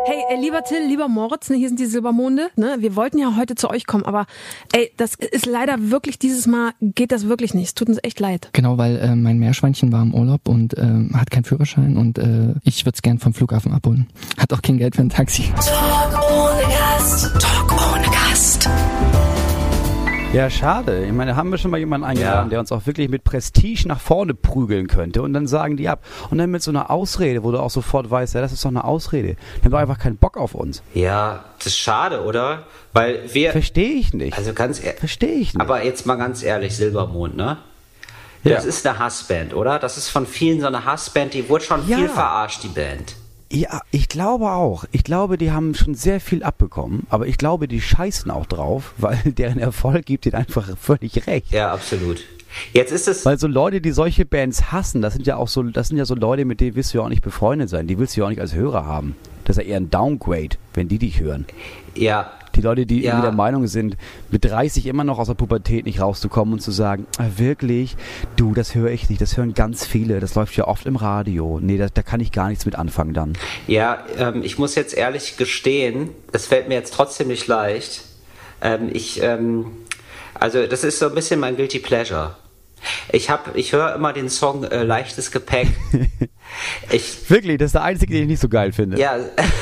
Hey, lieber Till, lieber Moritz, ne, hier sind die Silbermonde. Ne? Wir wollten ja heute zu euch kommen, aber das ist leider wirklich, dieses Mal geht das wirklich nicht. Es tut uns echt leid. Genau, weil mein Meerschweinchen war im Urlaub und hat keinen Führerschein und ich würde es gern vom Flughafen abholen. Hat auch kein Geld für ein Taxi. Talk ohne Gast. Talk ohne Gast. Ja, schade. Ich meine, da haben wir schon mal jemanden eingeladen, der uns auch wirklich mit Prestige nach vorne prügeln könnte und dann sagen die ab. Und dann mit so einer Ausrede, wo du auch sofort weißt, ja, das ist doch eine Ausrede. Die haben doch einfach keinen Bock auf uns. Ja, das ist schade, oder? Weil wir... Verstehe ich nicht. Also ganz ehrlich... Verstehe ich nicht. Aber jetzt mal ganz ehrlich, Silbermond, ne? Ja. Das ist eine Hassband, oder? Das ist von vielen so eine Hassband, die wurde schon viel verarscht, die Band. Ja, ich glaube auch. Ich glaube, die haben schon sehr viel abbekommen, aber ich glaube, die scheißen auch drauf, weil deren Erfolg gibt ihnen einfach völlig recht. Ja, absolut. Jetzt ist es... Weil so Leute, die solche Bands hassen, das sind ja so Leute, mit denen willst du ja auch nicht befreundet sein. Die willst du ja auch nicht als Hörer haben. Das ist ja eher ein Downgrade, wenn die dich hören. Ja. Die Leute, die irgendwie der Meinung sind, mit 30 immer noch aus der Pubertät nicht rauszukommen und zu sagen, wirklich, du, das höre ich nicht, das hören ganz viele, das läuft ja oft im Radio. Nee, da kann ich gar nichts mit anfangen dann. Ja, ich muss jetzt ehrlich gestehen, es fällt mir jetzt trotzdem nicht leicht. Also das ist so ein bisschen mein Guilty Pleasure. Ich höre immer den Song Leichtes Gepäck. Wirklich, das ist der einzige, den ich nicht so geil finde. Ja.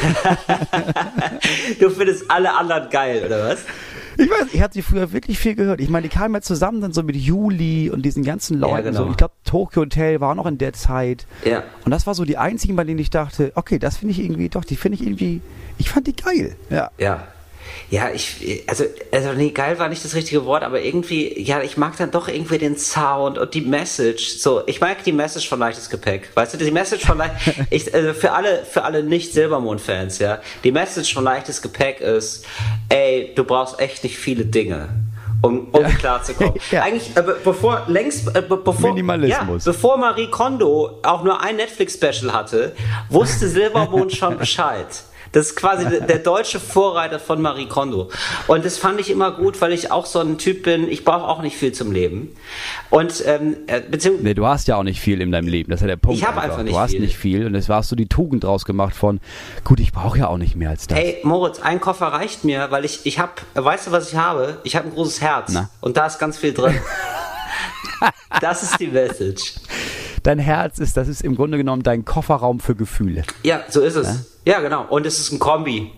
Du findest alle anderen geil, oder was? Ich weiß, ich hatte sie früher wirklich viel gehört. Ich meine, die kamen ja zusammen dann so mit Juli und diesen ganzen Leuten. Ja, genau. So. Ich glaube, Tokyo Hotel war auch noch in der Zeit. Ja. Und das war so die einzigen, bei denen ich dachte, okay, das finde ich irgendwie, doch, die finde ich irgendwie, ich fand die geil. Ja. Ja. Ja, also nee, geil war nicht das richtige Wort, aber irgendwie, ja, ich mag dann doch irgendwie den Sound und die Message. So, ich mag die Message von Leichtes Gepäck. Weißt du, die Message von also für alle Nicht-Silbermond-Fans, ja, die Message von Leichtes Gepäck ist, ey, du brauchst echt nicht viele Dinge, um klarzukommen. Ja. Eigentlich, bevor Minimalismus. Ja, bevor Marie Kondo auch nur ein Netflix-Special hatte, wusste Silbermond schon Bescheid. Das ist quasi der deutsche Vorreiter von Marie Kondo. Und das fand ich immer gut, weil ich auch so ein Typ bin, ich brauche auch nicht viel zum Leben. Und nee, du hast ja auch nicht viel in deinem Leben, das ist ja der Punkt. Ich habe einfach nicht viel. Du hast nicht viel und es war so die Tugend draus gemacht von, gut, ich brauche ja auch nicht mehr als das. Hey Moritz, ein Koffer reicht mir, weil ich habe, weißt du, was ich habe? Ich habe ein großes Herz. Na? Und da ist ganz viel drin. Das ist die Message. Dein Herz das ist im Grunde genommen dein Kofferraum für Gefühle. Ja, so ist es. Ja, genau. Und es ist ein Kombi.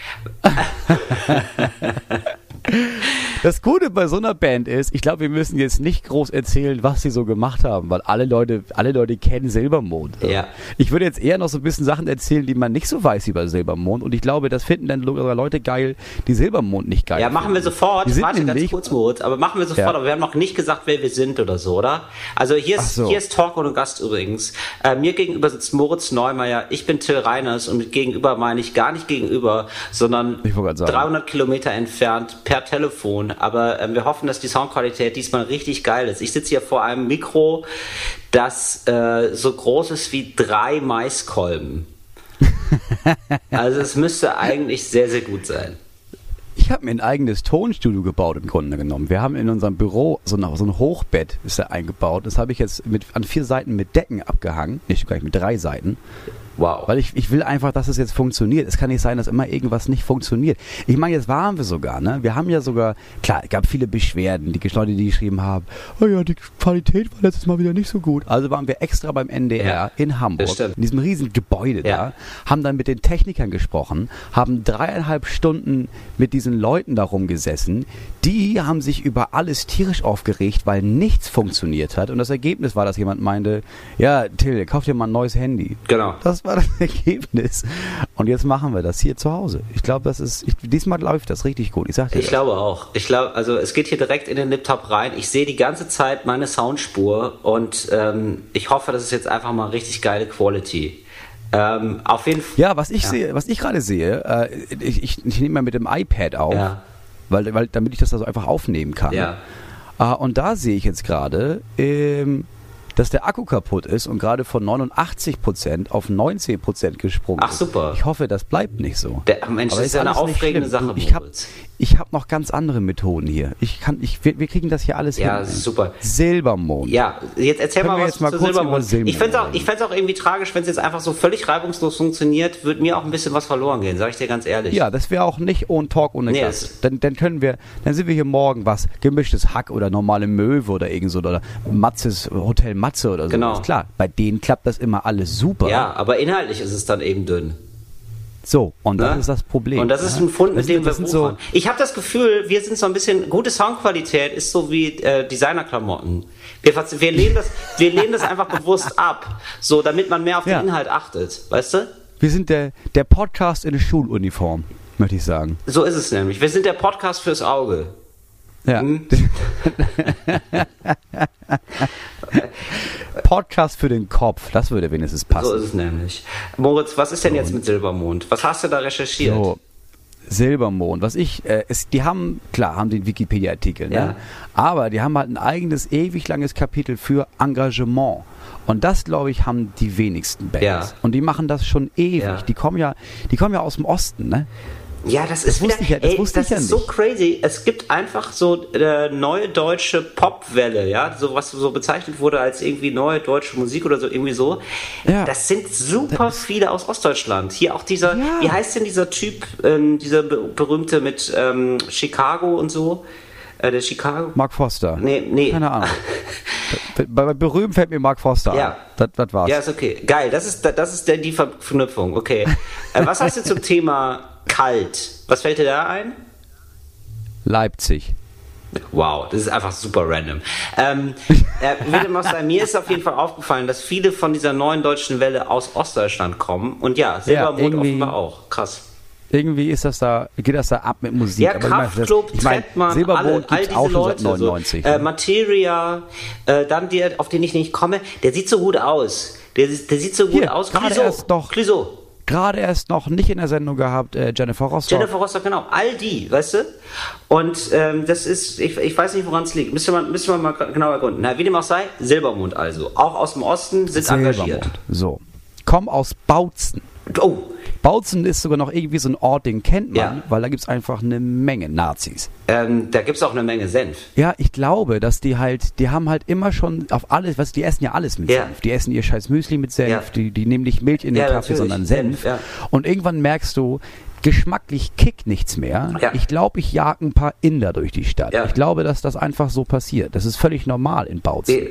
Das Gute bei so einer Band ist, ich glaube, wir müssen jetzt nicht groß erzählen, was sie so gemacht haben, weil alle Leute kennen Silbermond. Ja. Ich würde jetzt eher noch so ein bisschen Sachen erzählen, die man nicht so weiß über Silbermond und ich glaube, das finden dann Leute geil, die Silbermond nicht geil finden. Ja, machen wir sofort. Warte ganz kurz, Moritz, aber machen wir sofort. Ja. Aber wir haben noch nicht gesagt, wer wir sind oder so, oder? Also hier ist Talk ohne Gast übrigens. Mir gegenüber sitzt Moritz Neumeier, ich bin Till Reiners und mit gegenüber meine ich gar nicht gegenüber, sondern 300 Kilometer entfernt per Telefon. Aber wir hoffen, dass die Soundqualität diesmal richtig geil ist. Ich sitze hier vor einem Mikro, das so groß ist wie 3 Maiskolben. Also es müsste eigentlich sehr, sehr gut sein. Ich habe mir ein eigenes Tonstudio gebaut im Grunde genommen. Wir haben in unserem Büro so ein Hochbett ist da eingebaut. Das habe ich jetzt an 4 Seiten mit Decken abgehangen. Nicht gar nicht, mit 3 Seiten. Wow. Weil ich will einfach, dass es jetzt funktioniert. Es kann nicht sein, dass immer irgendwas nicht funktioniert. Ich meine, jetzt waren wir sogar, ne? Wir haben ja sogar, klar, es gab viele Beschwerden, die Leute, die geschrieben haben, oh ja, die Qualität war letztes Mal wieder nicht so gut. Also waren wir extra beim NDR in Hamburg, in diesem riesen Gebäude da, haben dann mit den Technikern gesprochen, haben 3,5 Stunden mit diesen Leuten da rumgesessen. Die haben sich über alles tierisch aufgeregt, weil nichts funktioniert hat. Und das Ergebnis war, dass jemand meinte, ja, Till, kauf dir mal ein neues Handy. Genau. Das war das Ergebnis. Und jetzt machen wir das hier zu Hause. Ich glaube, diesmal läuft das richtig gut. Ich glaube auch. Also es geht hier direkt in den Laptop rein. Ich sehe die ganze Zeit meine Soundspur und ich hoffe, das ist jetzt einfach mal richtig geile Quality. Auf jeden Fall. Ja, was ich gerade sehe, ich nehme mal mit dem iPad auf, weil damit ich das also einfach aufnehmen kann. Ja. Und da sehe ich jetzt gerade, dass der Akku kaputt ist und gerade von 89% auf 19% gesprungen ist. Ach, super. Ich hoffe, das bleibt nicht so. Mensch, das ist ja eine aufregende Sache. Ich hab noch ganz andere Methoden hier. Wir kriegen das hier alles hin. Ja, super. Silbermond. Ja, jetzt erzähl mal was zu Silbermond. Ich fände es auch irgendwie tragisch, wenn es jetzt einfach so völlig reibungslos funktioniert, würde mir auch ein bisschen was verloren gehen, sag ich dir ganz ehrlich. Ja, das wäre auch nicht ohne Talk, ohne Gast. Dann sind wir hier morgen was, gemischtes Hack oder normale Möwe oder irgend so, oder Hotel Matze oder so. Genau. Ist klar, bei denen klappt das immer alles super. Ja, aber inhaltlich ist es dann eben dünn. So, und das ist das Problem. Und das ist ein Fund, mit dem wir wuchern. Ich habe das Gefühl, wir sind so ein bisschen, gute Soundqualität ist so wie Designerklamotten. Wir lehnen das einfach bewusst ab, so damit man mehr auf den Inhalt achtet, weißt du? Wir sind der Podcast in der Schuluniform, möchte ich sagen. So ist es nämlich. Wir sind der Podcast fürs Auge. Ja. Podcast für den Kopf, das würde wenigstens passen. So ist es nämlich. Moritz, was ist denn jetzt mit Silbermond? Was hast du da recherchiert? So, Silbermond, die haben den Wikipedia-Artikel, ne? Ja. Aber die haben halt ein eigenes, ewig langes Kapitel für Engagement. Und das, glaube ich, haben die wenigsten Bands. Ja. Und die machen das schon ewig. Ja. Die kommen ja aus dem Osten, ne? Ja, das ist so crazy. Es gibt einfach so neue deutsche Popwelle, ja, so was so bezeichnet wurde als irgendwie neue deutsche Musik oder so, irgendwie so. Ja. Das sind super viele aus Ostdeutschland. Hier auch dieser, wie heißt denn dieser Typ, dieser berühmte mit Chicago und so? Der Chicago? Mark Foster. Nee. Keine Ahnung. Bei berühmt fällt mir Mark Foster an. Das war's. Ja, ist okay. Geil, das ist die Verknüpfung. Okay. Was hast du zum Thema kalt? Was fällt dir da Leipzig. Wow, das ist einfach super random. Mir ist auf jeden Fall aufgefallen, dass viele von dieser neuen deutschen Welle aus Ostdeutschland kommen. Und Silbermond offenbar auch. Krass. Irgendwie geht das da ab mit Musik. Ja, Kraftklub, Trettmann, Silbermond all gibt's diese auch schon Leute, seit 99. So. Materia, dann der, auf den ich nicht komme, der sieht so gut aus. Der sieht so gut aus. Clouseau. Gerade erst noch nicht in der Sendung gehabt, Jennifer Rostock. Genau. All die, weißt du? Und das ist, ich weiß nicht, woran es liegt. Müssen wir mal genau ergründen. Na, wie dem auch sei, Silbermond also. Auch aus dem Osten sind engagiert. So. Komm aus Bautzen. Oh. Bautzen ist sogar noch irgendwie so ein Ort, den kennt man, weil da gibt es einfach eine Menge Nazis. Da gibt es auch eine Menge Senf. Ja, ich glaube, dass die haben halt immer schon auf alles, die essen ja alles mit Senf. Die essen ihr scheiß Müsli mit Senf, die nehmen nicht Milch in den Kaffee, sondern Senf. Ja. Und irgendwann merkst du, geschmacklich kickt nichts mehr. Ja. Ich glaube, ich jag ein paar Inder durch die Stadt. Ja. Ich glaube, dass das einfach so passiert. Das ist völlig normal in Bautzen.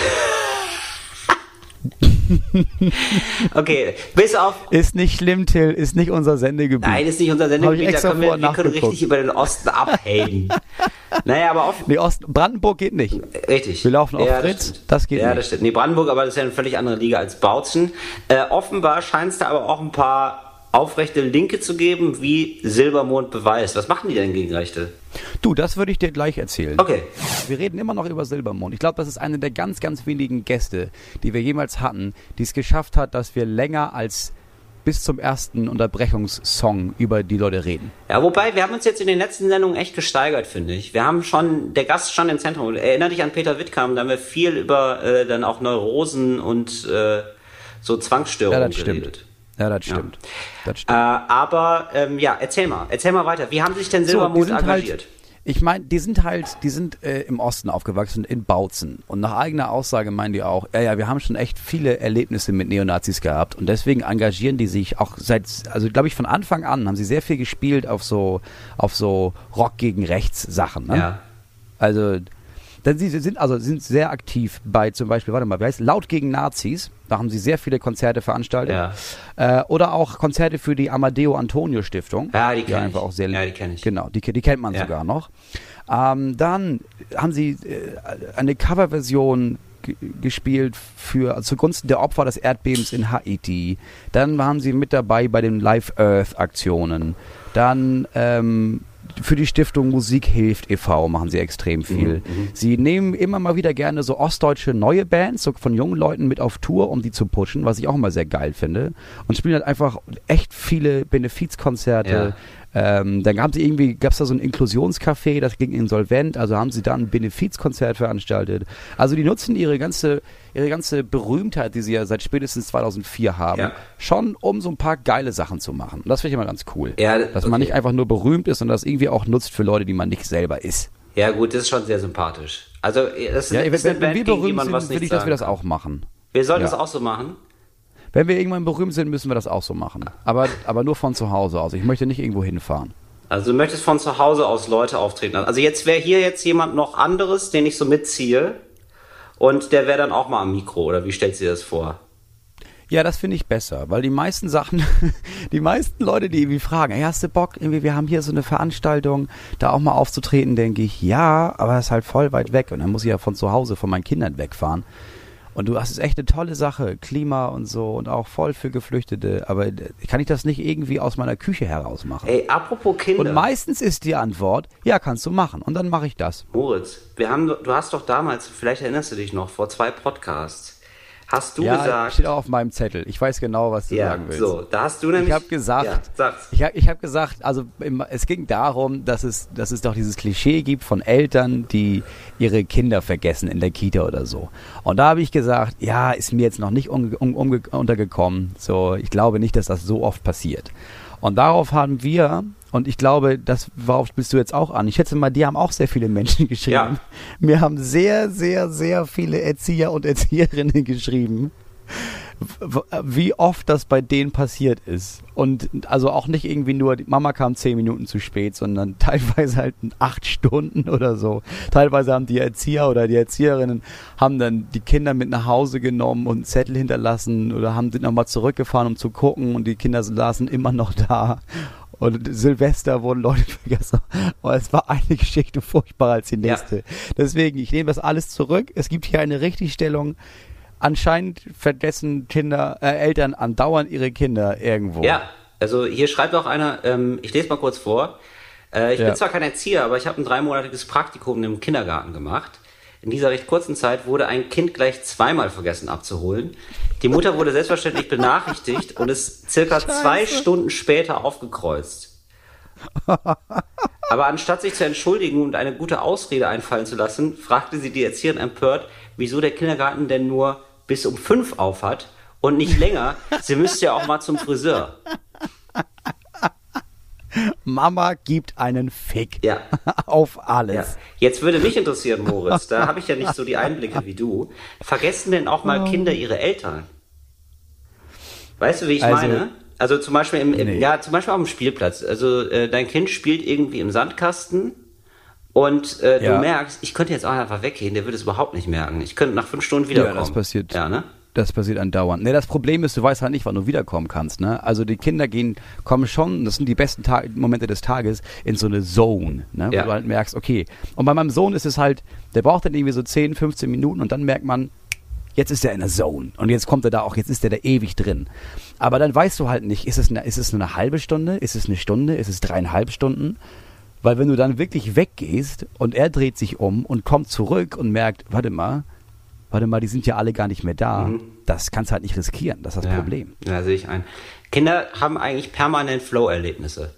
Okay, bis auf... Ist nicht schlimm, Till, ist nicht unser Sendegebiet. Nein, ist nicht unser Sendegebiet, da können wir können richtig über den Osten abhaten. Naja, aber oft... Nee, Brandenburg geht nicht. Richtig. Wir laufen auf Fritz, das geht nicht. Ja, das stimmt. Nee, Brandenburg, aber das ist ja eine völlig andere Liga als Bautzen. Offenbar scheint es da aber auch ein paar aufrechte Linke zu geben, wie Silbermond beweist. Was machen die denn gegen Rechte? Du, das würde ich dir gleich erzählen. Okay. Wir reden immer noch über Silbermond. Ich glaube, das ist eine der ganz, ganz wenigen Gäste, die wir jemals hatten, die es geschafft hat, dass wir länger als bis zum ersten Unterbrechungssong über die Leute reden. Ja, wobei, wir haben uns jetzt in den letzten Sendungen echt gesteigert, finde ich. Wir haben schon, der Gast stand im Zentrum. Erinner dich an Peter Wittkamp, da haben wir viel über dann auch Neurosen und so Zwangsstörungen geredet. Ja, das stimmt. Ja. Das stimmt. Aber erzähl mal weiter. Wie haben sich denn Silbermond engagiert? Ich meine, die sind im Osten aufgewachsen, in Bautzen. Und nach eigener Aussage meinen die auch, wir haben schon echt viele Erlebnisse mit Neonazis gehabt. Und deswegen engagieren die sich auch glaube ich, von Anfang an haben sie sehr viel gespielt auf so Rock gegen Rechts Sachen. Ne? Ja. Also, sie sind sehr aktiv bei zum Beispiel, wie heißt Laut gegen Nazis. Da haben sie sehr viele Konzerte veranstaltet. Ja. Oder auch Konzerte für die Amadeo Antonio Stiftung. Ja, die kenne ich. Auch sehr, die kenne ich. Genau, die kennt man sogar noch. Dann haben sie eine Coverversion gespielt zugunsten der Opfer des Erdbebens in Haiti. Dann waren sie mit dabei bei den Live Earth Aktionen. Dann für die Stiftung Musik hilft e.V. machen sie extrem viel. Sie nehmen immer mal wieder gerne so ostdeutsche neue Bands, so von jungen Leuten mit auf Tour, um die zu pushen, was ich auch immer sehr geil finde. Und spielen halt einfach echt viele Benefizkonzerte. Dann gab es da so ein Inklusionscafé, das ging insolvent, also haben sie da ein Benefizkonzert veranstaltet. Also die nutzen ihre ganze Berühmtheit, die sie ja seit spätestens 2004 haben, schon um so ein paar geile Sachen zu machen. Und das finde ich immer ganz cool. Ja, dass man nicht einfach nur berühmt ist, sondern das irgendwie auch nutzt für Leute, die man nicht selber ist. Ja gut, das ist schon sehr sympathisch. Also das ist wenn wir berühmt sind, will ich, dass wir das auch machen. Wir sollten das auch so machen. Wenn wir irgendwann berühmt sind, müssen wir das auch so machen. Aber nur von zu Hause aus. Ich möchte nicht irgendwo hinfahren. Also du möchtest von zu Hause aus Leute auftreten. Also jetzt wäre hier jetzt jemand noch anderes, den ich so mitziehe. Und der wäre dann auch mal am Mikro. Oder wie stellst du dir das vor? Ja, das finde ich besser. Weil die meisten Sachen, die meisten Leute, die irgendwie fragen, hey, hast du Bock, irgendwie, wir haben hier so eine Veranstaltung, da auch mal aufzutreten, denke ich, ja, aber das ist halt voll weit weg. Und dann muss ich ja von zu Hause, von meinen Kindern wegfahren. Und das ist echt eine tolle Sache, Klima und so und auch voll für Geflüchtete. Aber kann ich das nicht irgendwie aus meiner Küche heraus machen? Ey, apropos Kinder. Und meistens ist die Antwort, ja, kannst du machen. Und dann mache ich das. Moritz, du hast doch damals, vielleicht erinnerst du dich noch, vor 2 Podcasts, hast du gesagt... steht auch auf meinem Zettel. Ich weiß genau, was du sagen willst. So, da hast du nämlich... Ich habe gesagt, also es ging darum, dass es doch dieses Klischee gibt von Eltern, die ihre Kinder vergessen in der Kita oder so. Und da habe ich gesagt, ja, ist mir jetzt noch nicht untergekommen. So, ich glaube nicht, dass das so oft passiert. Und darauf haben wir, und ich glaube, worauf bist du jetzt auch an? Ich schätze mal, die haben auch sehr viele Menschen geschrieben. Ja. Mir haben sehr, sehr, sehr viele Erzieher und Erzieherinnen geschrieben, wie oft das bei denen passiert ist. Und also auch nicht irgendwie nur, die Mama kam 10 Minuten zu spät, sondern teilweise halt 8 Stunden oder so. Teilweise haben die Erzieher oder die Erzieherinnen haben dann die Kinder mit nach Hause genommen und einen Zettel hinterlassen oder sind nochmal zurückgefahren, um zu gucken, und die Kinder saßen immer noch da. Und Silvester wurden Leute vergessen. Aber es war eine Geschichte furchtbarer als die nächste. Ja. Deswegen, ich nehme das alles zurück. Es gibt hier eine Richtigstellung. Anscheinend vergessen Eltern andauernd ihre Kinder irgendwo. Ja, also hier schreibt auch einer, ich lese mal kurz vor. Ich bin zwar kein Erzieher, aber ich habe ein 3-monatiges Praktikum im Kindergarten gemacht. In dieser recht kurzen Zeit wurde ein Kind gleich 2-mal vergessen abzuholen. Die Mutter wurde selbstverständlich benachrichtigt und ist circa 2 Stunden später aufgekreuzt. Aber anstatt sich zu entschuldigen und eine gute Ausrede einfallen zu lassen, fragte sie die Erzieherin empört, wieso der Kindergarten denn nur bis um 5 auf hat und nicht länger. Sie müsste ja auch mal zum Friseur. Mama gibt einen Fick auf alles. Ja. Jetzt würde mich interessieren, Moritz, da habe ich ja nicht so die Einblicke wie du. Vergessen denn auch mal Kinder ihre Eltern? Weißt du, wie ich meine? Also zum Beispiel zum Beispiel auf dem Spielplatz. Also dein Kind spielt irgendwie im Sandkasten und du merkst, ich könnte jetzt auch einfach weggehen, der würde es überhaupt nicht merken. Ich könnte nach 5 Stunden wiederkommen. Ja, das passiert. Ja, ne? Das passiert andauernd. Ne, das Problem ist, du weißt halt nicht, wann du wiederkommen kannst. Ne? Also die Kinder kommen schon, das sind die besten Momente des Tages, in so eine Zone, ne? Wo du halt merkst, okay. Und bei meinem Sohn ist es halt, der braucht dann irgendwie so 10, 15 Minuten und dann merkt man, jetzt ist er in der Zone. Und jetzt kommt er da auch, jetzt ist er da ewig drin. Aber dann weißt du halt nicht, ist es nur eine halbe Stunde, ist es eine Stunde, ist es 3,5 Stunden? Weil wenn du dann wirklich weggehst und er dreht sich um und kommt zurück und merkt, warte mal, die sind ja alle gar nicht mehr da. Das kannst du halt nicht riskieren. Das ist das Problem. Ja, sehe ich ein. Kinder haben eigentlich permanent Flow-Erlebnisse.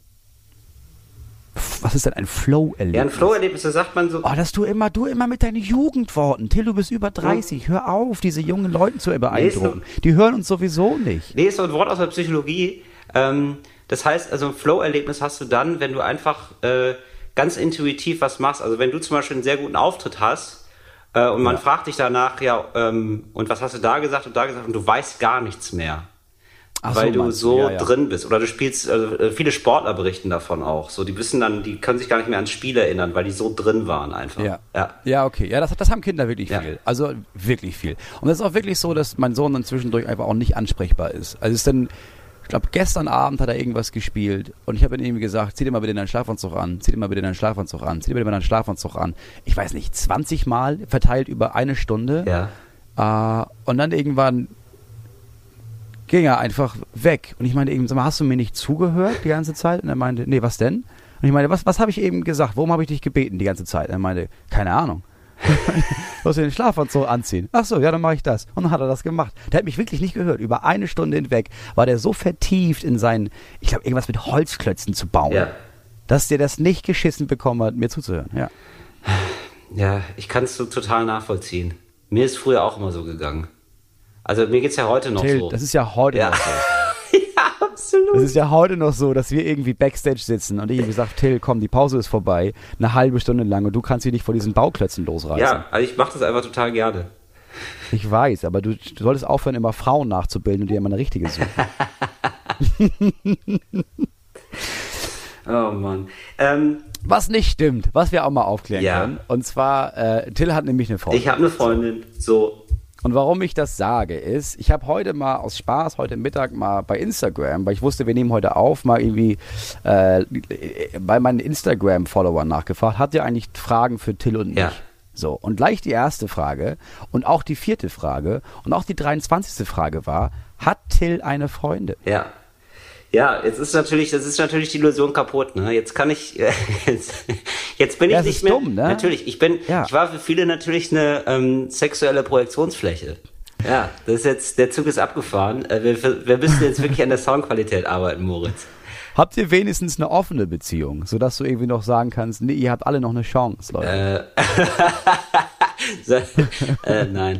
Was ist denn ein Flow-Erlebnis? Ja, ein Flow-Erlebnis, da sagt man so... Oh, dass du immer mit deinen Jugendworten. Till, du bist über 30. Hör auf, diese jungen Leute zu beeindrucken. Die hören uns sowieso nicht. Nee, ist so ein Wort aus der Psychologie. Das heißt, also ein Flow-Erlebnis hast du dann, wenn du einfach ganz intuitiv was machst. Also wenn du zum Beispiel einen sehr guten Auftritt hast und man fragt dich danach, und was hast du da gesagt und du weißt gar nichts mehr. Weil du so drin bist. Oder du spielst, viele Sportler berichten davon auch. So, die wissen dann, die können sich gar nicht mehr ans Spiel erinnern, weil die so drin waren einfach. Ja, okay. Ja, das haben Kinder wirklich viel. Also wirklich viel. Und es ist auch wirklich so, dass mein Sohn dann zwischendurch einfach auch nicht ansprechbar ist. Also es ist dann, ich glaube, gestern Abend hat er irgendwas gespielt und ich habe ihm irgendwie gesagt, zieh dir mal bitte deinen Schlafanzug an, zieh dir mal bitte deinen Schlafanzug an, zieh dir bitte mal deinen Schlafanzug an. Ich weiß nicht, 20 Mal verteilt über eine Stunde. Ja. Und dann irgendwann ging er einfach weg. Und ich meinte eben, sag mal, hast du mir nicht zugehört die ganze Zeit? Und er meinte, nee, was denn? Und ich meinte, was habe ich eben gesagt? Worum habe ich dich gebeten die ganze Zeit? Und er meinte, keine Ahnung. Du musst den Schlafanzug anziehen. Ach so, ja, dann mache ich das. Und dann hat er das gemacht. Der hat mich wirklich nicht gehört. Über eine Stunde hinweg war der so vertieft in seinen, ich glaube, irgendwas mit Holzklötzen zu bauen, dass der das nicht geschissen bekommen hat, mir zuzuhören. Ja, ja, ich kann es so total nachvollziehen. Mir ist früher auch immer so gegangen. Also mir geht's ja heute noch Till, so. Das ist ja heute noch so. Ja, absolut. Es ist ja heute noch so, dass wir irgendwie Backstage sitzen und ich irgendwie sage, Till, komm, die Pause ist vorbei, eine halbe Stunde lang und du kannst dich nicht vor diesen Bauklötzen losreißen. Ja, also ich mache das einfach total gerne. Ich weiß, aber du solltest aufhören, immer Frauen nachzubilden und dir immer eine richtige suchen. Oh Mann. Was nicht stimmt, was wir auch mal aufklären können. Und zwar, Till hat nämlich eine Freundin. Ich habe eine Freundin, so. Und warum ich das sage, ist, ich habe heute mal aus Spaß, heute Mittag mal bei Instagram, weil ich wusste, wir nehmen heute auf, mal irgendwie bei meinen Instagram-Followern nachgefragt, hat ihr eigentlich Fragen für Till und mich? Ja. So, und gleich die erste Frage und auch die 4. Frage und auch die 23. Frage war, hat Till eine Freundin? Ja. Ja, das ist natürlich die Illusion kaputt, ne? Jetzt kann ich, jetzt bin ich nicht mehr, dumm, ne? Natürlich, ich war für viele natürlich eine sexuelle Projektionsfläche. Ja, das ist jetzt, der Zug ist abgefahren. Wir müssen jetzt wirklich an der Soundqualität arbeiten, Moritz. Habt ihr wenigstens eine offene Beziehung, sodass du irgendwie noch sagen kannst, nee, ihr habt alle noch eine Chance, Leute? Nein.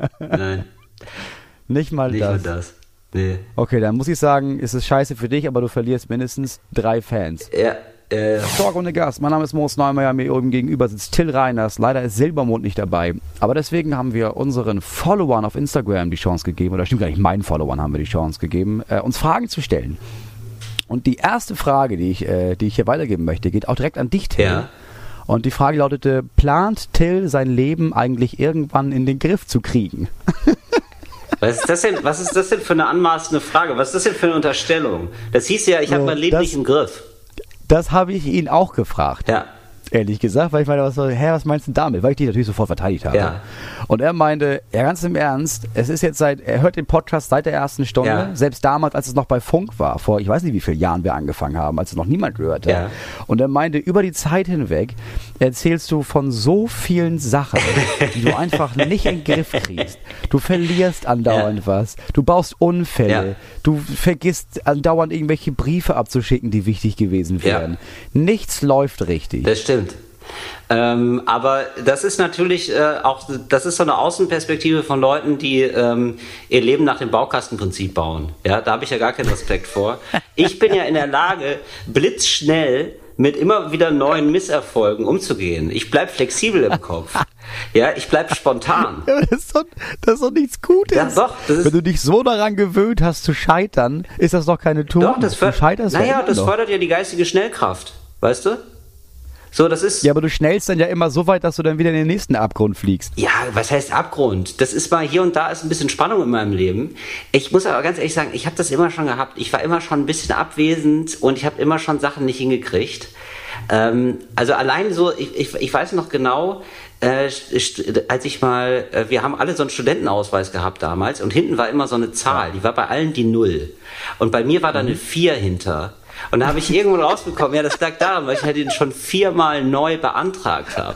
Nicht mal das. Nee. Okay, dann muss ich sagen, ist es scheiße für dich, aber du verlierst mindestens 3 Fans. Ja. Talk ohne Gast. Mein Name ist Moritz Neumeier, mir oben gegenüber sitzt Till Reiners. Leider ist Silbermond nicht dabei. Aber deswegen haben wir unseren Followern auf Instagram die Chance gegeben, oder stimmt gar nicht, meinen Followern haben wir die Chance gegeben, uns Fragen zu stellen. Und die erste Frage, die ich hier weitergeben möchte, geht auch direkt an dich, Till. Ja. Und die Frage lautete, plant Till sein Leben eigentlich irgendwann in den Griff zu kriegen? Was ist das denn für eine anmaßende Frage? Was ist das denn für eine Unterstellung? Das hieß ja, ich habe mein Leben nicht im Griff. Das habe ich ihn auch gefragt. Ja. Ehrlich gesagt, weil ich meine, was meinst du damit? Weil ich die natürlich sofort verteidigt habe. Ja. Und er meinte, ja, ganz im Ernst, es ist jetzt er hört den Podcast seit der ersten Stunde, ja. Selbst damals, als es noch bei Funk war, vor ich weiß nicht wie vielen Jahren wir angefangen haben, als es noch niemand gehört hat. Ja. Und er meinte, über die Zeit hinweg erzählst du von so vielen Sachen, die du einfach nicht in den Griff kriegst. Du verlierst andauernd was, du baust Unfälle, du vergisst andauernd irgendwelche Briefe abzuschicken, die wichtig gewesen wären. Ja. Nichts läuft richtig. Das stimmt. Aber das ist natürlich das ist so eine Außenperspektive von Leuten, die ihr Leben nach dem Baukastenprinzip bauen. Ja, da habe ich ja gar keinen Respekt vor. Ich bin ja in der Lage, blitzschnell mit immer wieder neuen Misserfolgen umzugehen. Ich bleib flexibel im Kopf. Ja, ich bleib spontan. Ja, das ist doch nichts Gutes. Ja, doch, wenn du dich so daran gewöhnt hast zu scheitern, ist das doch keine Tugend. Doch, das fördert ja die geistige Schnellkraft. Weißt du? So, das ist. Ja, aber du schnellst dann ja immer so weit, dass du dann wieder in den nächsten Abgrund fliegst. Ja, was heißt Abgrund? Das ist mal hier und da ist ein bisschen Spannung in meinem Leben. Ich muss aber ganz ehrlich sagen, ich habe das immer schon gehabt. Ich war immer schon ein bisschen abwesend und ich habe immer schon Sachen nicht hingekriegt. Also allein so, ich weiß noch genau, als ich mal, wir haben alle so einen Studentenausweis gehabt damals und hinten war immer so eine Zahl, die war bei allen die 0. Und bei mir war da eine 4 hinter. Und da habe ich irgendwo rausbekommen, ja, das lag daran, weil ich halt ihn schon 4-mal neu beantragt habe.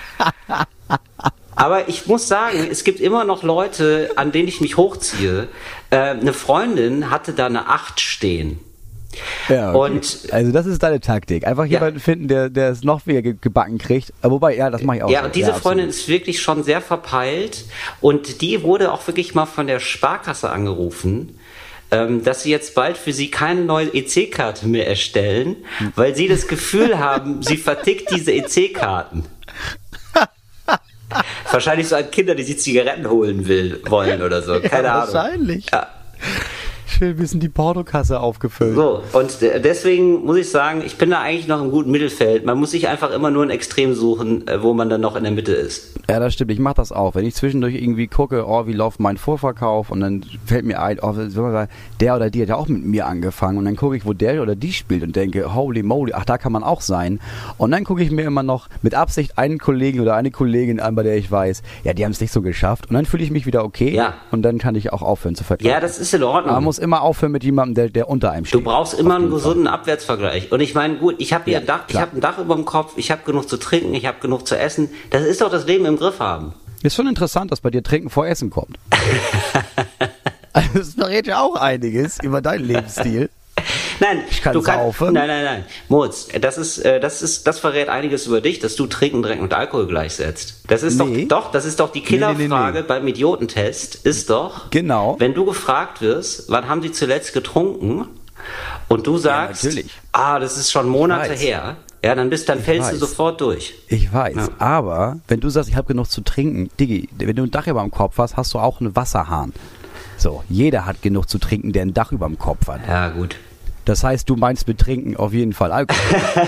Aber ich muss sagen, es gibt immer noch Leute, an denen ich mich hochziehe. Eine Freundin hatte da eine 8 stehen. Ja, okay. Und also das ist deine Taktik. Einfach jemanden finden, der es noch weniger gebacken kriegt. Wobei, ja, das mache ich auch. Ja, und diese Freundin ist wirklich schon sehr verpeilt. Und die wurde auch wirklich mal von der Sparkasse angerufen, dass sie jetzt bald für sie keine neue EC-Karte mehr erstellen, weil sie das Gefühl haben, sie vertickt diese EC-Karten. Wahrscheinlich so an Kinder, die sich Zigaretten holen wollen oder so. Keine Ahnung. Wahrscheinlich. Ja. Schön, wir sind die Portokasse aufgefüllt. So, und deswegen muss ich sagen, ich bin da eigentlich noch im guten Mittelfeld. Man muss sich einfach immer nur ein Extrem suchen, wo man dann noch in der Mitte ist. Ja, das stimmt. Ich mache das auch. Wenn ich zwischendurch irgendwie gucke, wie läuft mein Vorverkauf und dann fällt mir ein, der oder die hat ja auch mit mir angefangen und dann gucke ich, wo der oder die spielt und denke, holy moly, ach, da kann man auch sein. Und dann gucke ich mir immer noch mit Absicht einen Kollegen oder eine Kollegin an, bei der ich weiß, ja, die haben es nicht so geschafft und dann fühle ich mich wieder okay und dann kann ich auch aufhören zu verkaufen. Ja, das ist in Ordnung. Man muss muss immer aufhören mit jemandem, der unter einem steht. Du brauchst immer einen gesunden Abwärtsvergleich. Und ich meine, gut, ich habe hier ein Dach, ich habe ein Dach über dem Kopf, ich habe genug zu trinken, ich habe genug zu essen. Das ist doch das Leben im Griff haben. Ist schon interessant, dass bei dir Trinken vor Essen kommt. Also das verrät ja auch einiges über deinen Lebensstil. Nein, ich kann saufen. Nein. Moritz, das verrät einiges über dich, dass du Trinken, Drecken und Alkohol gleichsetzt. Das ist das ist doch die Killerfrage beim Idiotentest, ist doch, genau, wenn du gefragt wirst, wann haben sie zuletzt getrunken und du sagst, das ist schon Monate her, ja, dann fällst du sofort durch. Ich weiß, aber wenn du sagst, ich habe genug zu trinken, Diggi, wenn du ein Dach über dem Kopf hast, hast du auch einen Wasserhahn. So, jeder hat genug zu trinken, der ein Dach über dem Kopf hat. Ja, gut. Das heißt, du meinst mit Trinken auf jeden Fall Alkohol.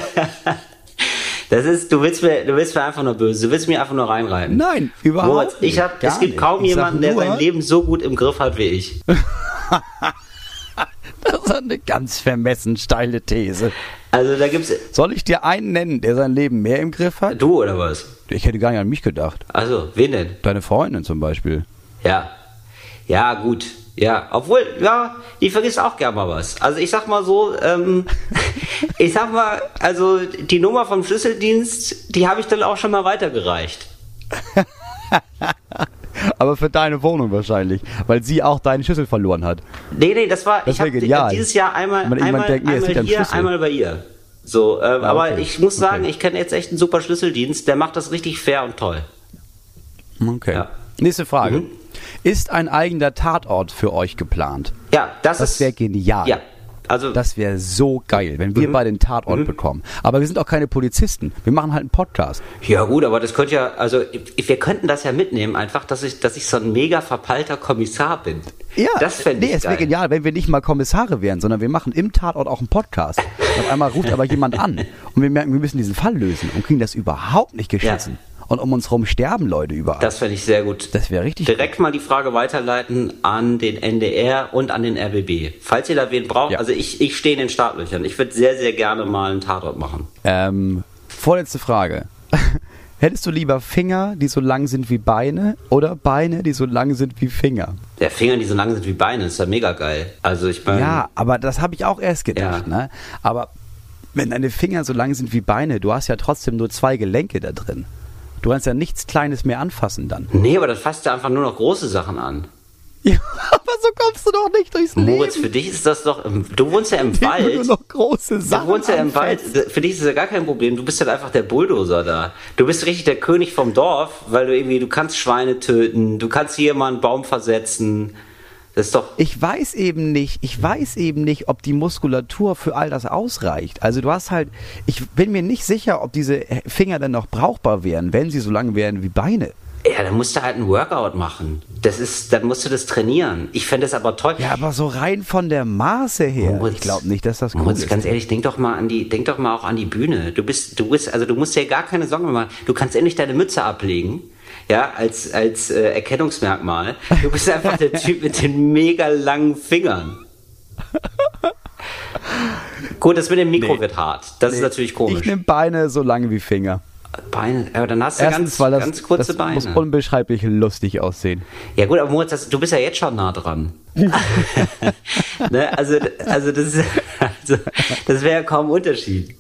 Du willst mir einfach nur böse. Du willst mir einfach nur reinreiten. Nein, überhaupt nicht. Es gibt kaum jemanden, der sein Leben so gut im Griff hat wie ich. Das ist eine ganz vermessen steile These. Also da gibt's. Soll ich dir einen nennen, der sein Leben mehr im Griff hat? Du oder was? Ich hätte gar nicht an mich gedacht. Also, wen denn? Deine Freundin zum Beispiel. Ja, gut. Ja, obwohl, die vergisst auch gern mal was. Also ich sag mal so, also die Nummer vom Schlüsseldienst, die habe ich dann auch schon mal weitergereicht. Aber für deine Wohnung wahrscheinlich, weil sie auch deinen Schlüssel verloren hat. Nee, ich habe dieses Jahr einmal hier, einmal bei ihr. So, aber ich muss sagen, ich kenne jetzt echt einen super Schlüsseldienst, der macht das richtig fair und toll. Okay. Ja. Nächste Frage. Ist ein eigener Tatort für euch geplant? Ja, das wäre genial. Ja. Also, das wäre so geil, wenn wir beide den Tatort bekommen. Aber wir sind auch keine Polizisten. Wir machen halt einen Podcast. Ja gut, aber das könnte ja, also wir könnten das ja mitnehmen, einfach, dass ich so ein mega verpeilter Kommissar bin. Ja, das fände ich geil. Es wäre genial, wenn wir nicht mal Kommissare wären, sondern wir machen im Tatort auch einen Podcast. Auf einmal ruft aber jemand an und wir merken, wir müssen diesen Fall lösen und kriegen das überhaupt nicht geschissen. Ja. Und um uns herum sterben Leute überall. Das fände ich sehr gut. Das wäre richtig Direkt mal die Frage weiterleiten an den NDR und an den RBB. Falls ihr da wen braucht, also ich stehe in den Startlöchern. Ich würde sehr, sehr gerne mal einen Tatort machen. Vorletzte Frage. Hättest du lieber Finger, die so lang sind wie Beine, oder Beine, die so lang sind wie Finger? Ja, Finger, die so lang sind wie Beine, ist ja mega geil. Also ich meine... Ja, aber das habe ich auch erst gedacht. Ne? Aber wenn deine Finger so lang sind wie Beine, du hast ja trotzdem nur 2 Gelenke da drin. Du kannst ja nichts Kleines mehr anfassen dann. Nee, aber dann fasst du einfach nur noch große Sachen an. Ja, aber so kommst du doch nicht durchs Leben. Moritz, für dich ist das doch... Du wohnst ja im Wald. Nur noch große Sachen. Du wohnst ja im Wald. Für dich ist das ja gar kein Problem. Du bist halt einfach der Bulldozer da. Du bist richtig der König vom Dorf, weil du kannst Schweine töten, du kannst hier mal einen Baum versetzen. Das ist doch... Ich weiß eben nicht, ob die Muskulatur für all das ausreicht. Also du hast halt, ich bin mir nicht sicher, ob diese Finger dann noch brauchbar wären, wenn sie so lang wären wie Beine. Ja, dann musst du halt einen Workout machen. Dann musst du das trainieren. Ich fände es aber toll. Ja, aber so rein von der Maße her. Moritz, ich glaube nicht, dass das gut ist. Ganz ehrlich, denk doch mal auch an die Bühne. Du musst dir gar keine Sorgen mehr machen. Du kannst endlich deine Mütze ablegen. Ja, als Erkennungsmerkmal. Du bist einfach der Typ mit den mega langen Fingern. Gut, das mit dem Mikro wird hart. Das ist natürlich komisch. Ich nehme Beine so lang wie Finger. Beine, aber dann hast du ganz kurze Beine. Das muss unbeschreiblich lustig aussehen. Ja gut, aber Moritz, du bist ja jetzt schon nah dran. Ne? Also das wäre ja kaum ein Unterschied.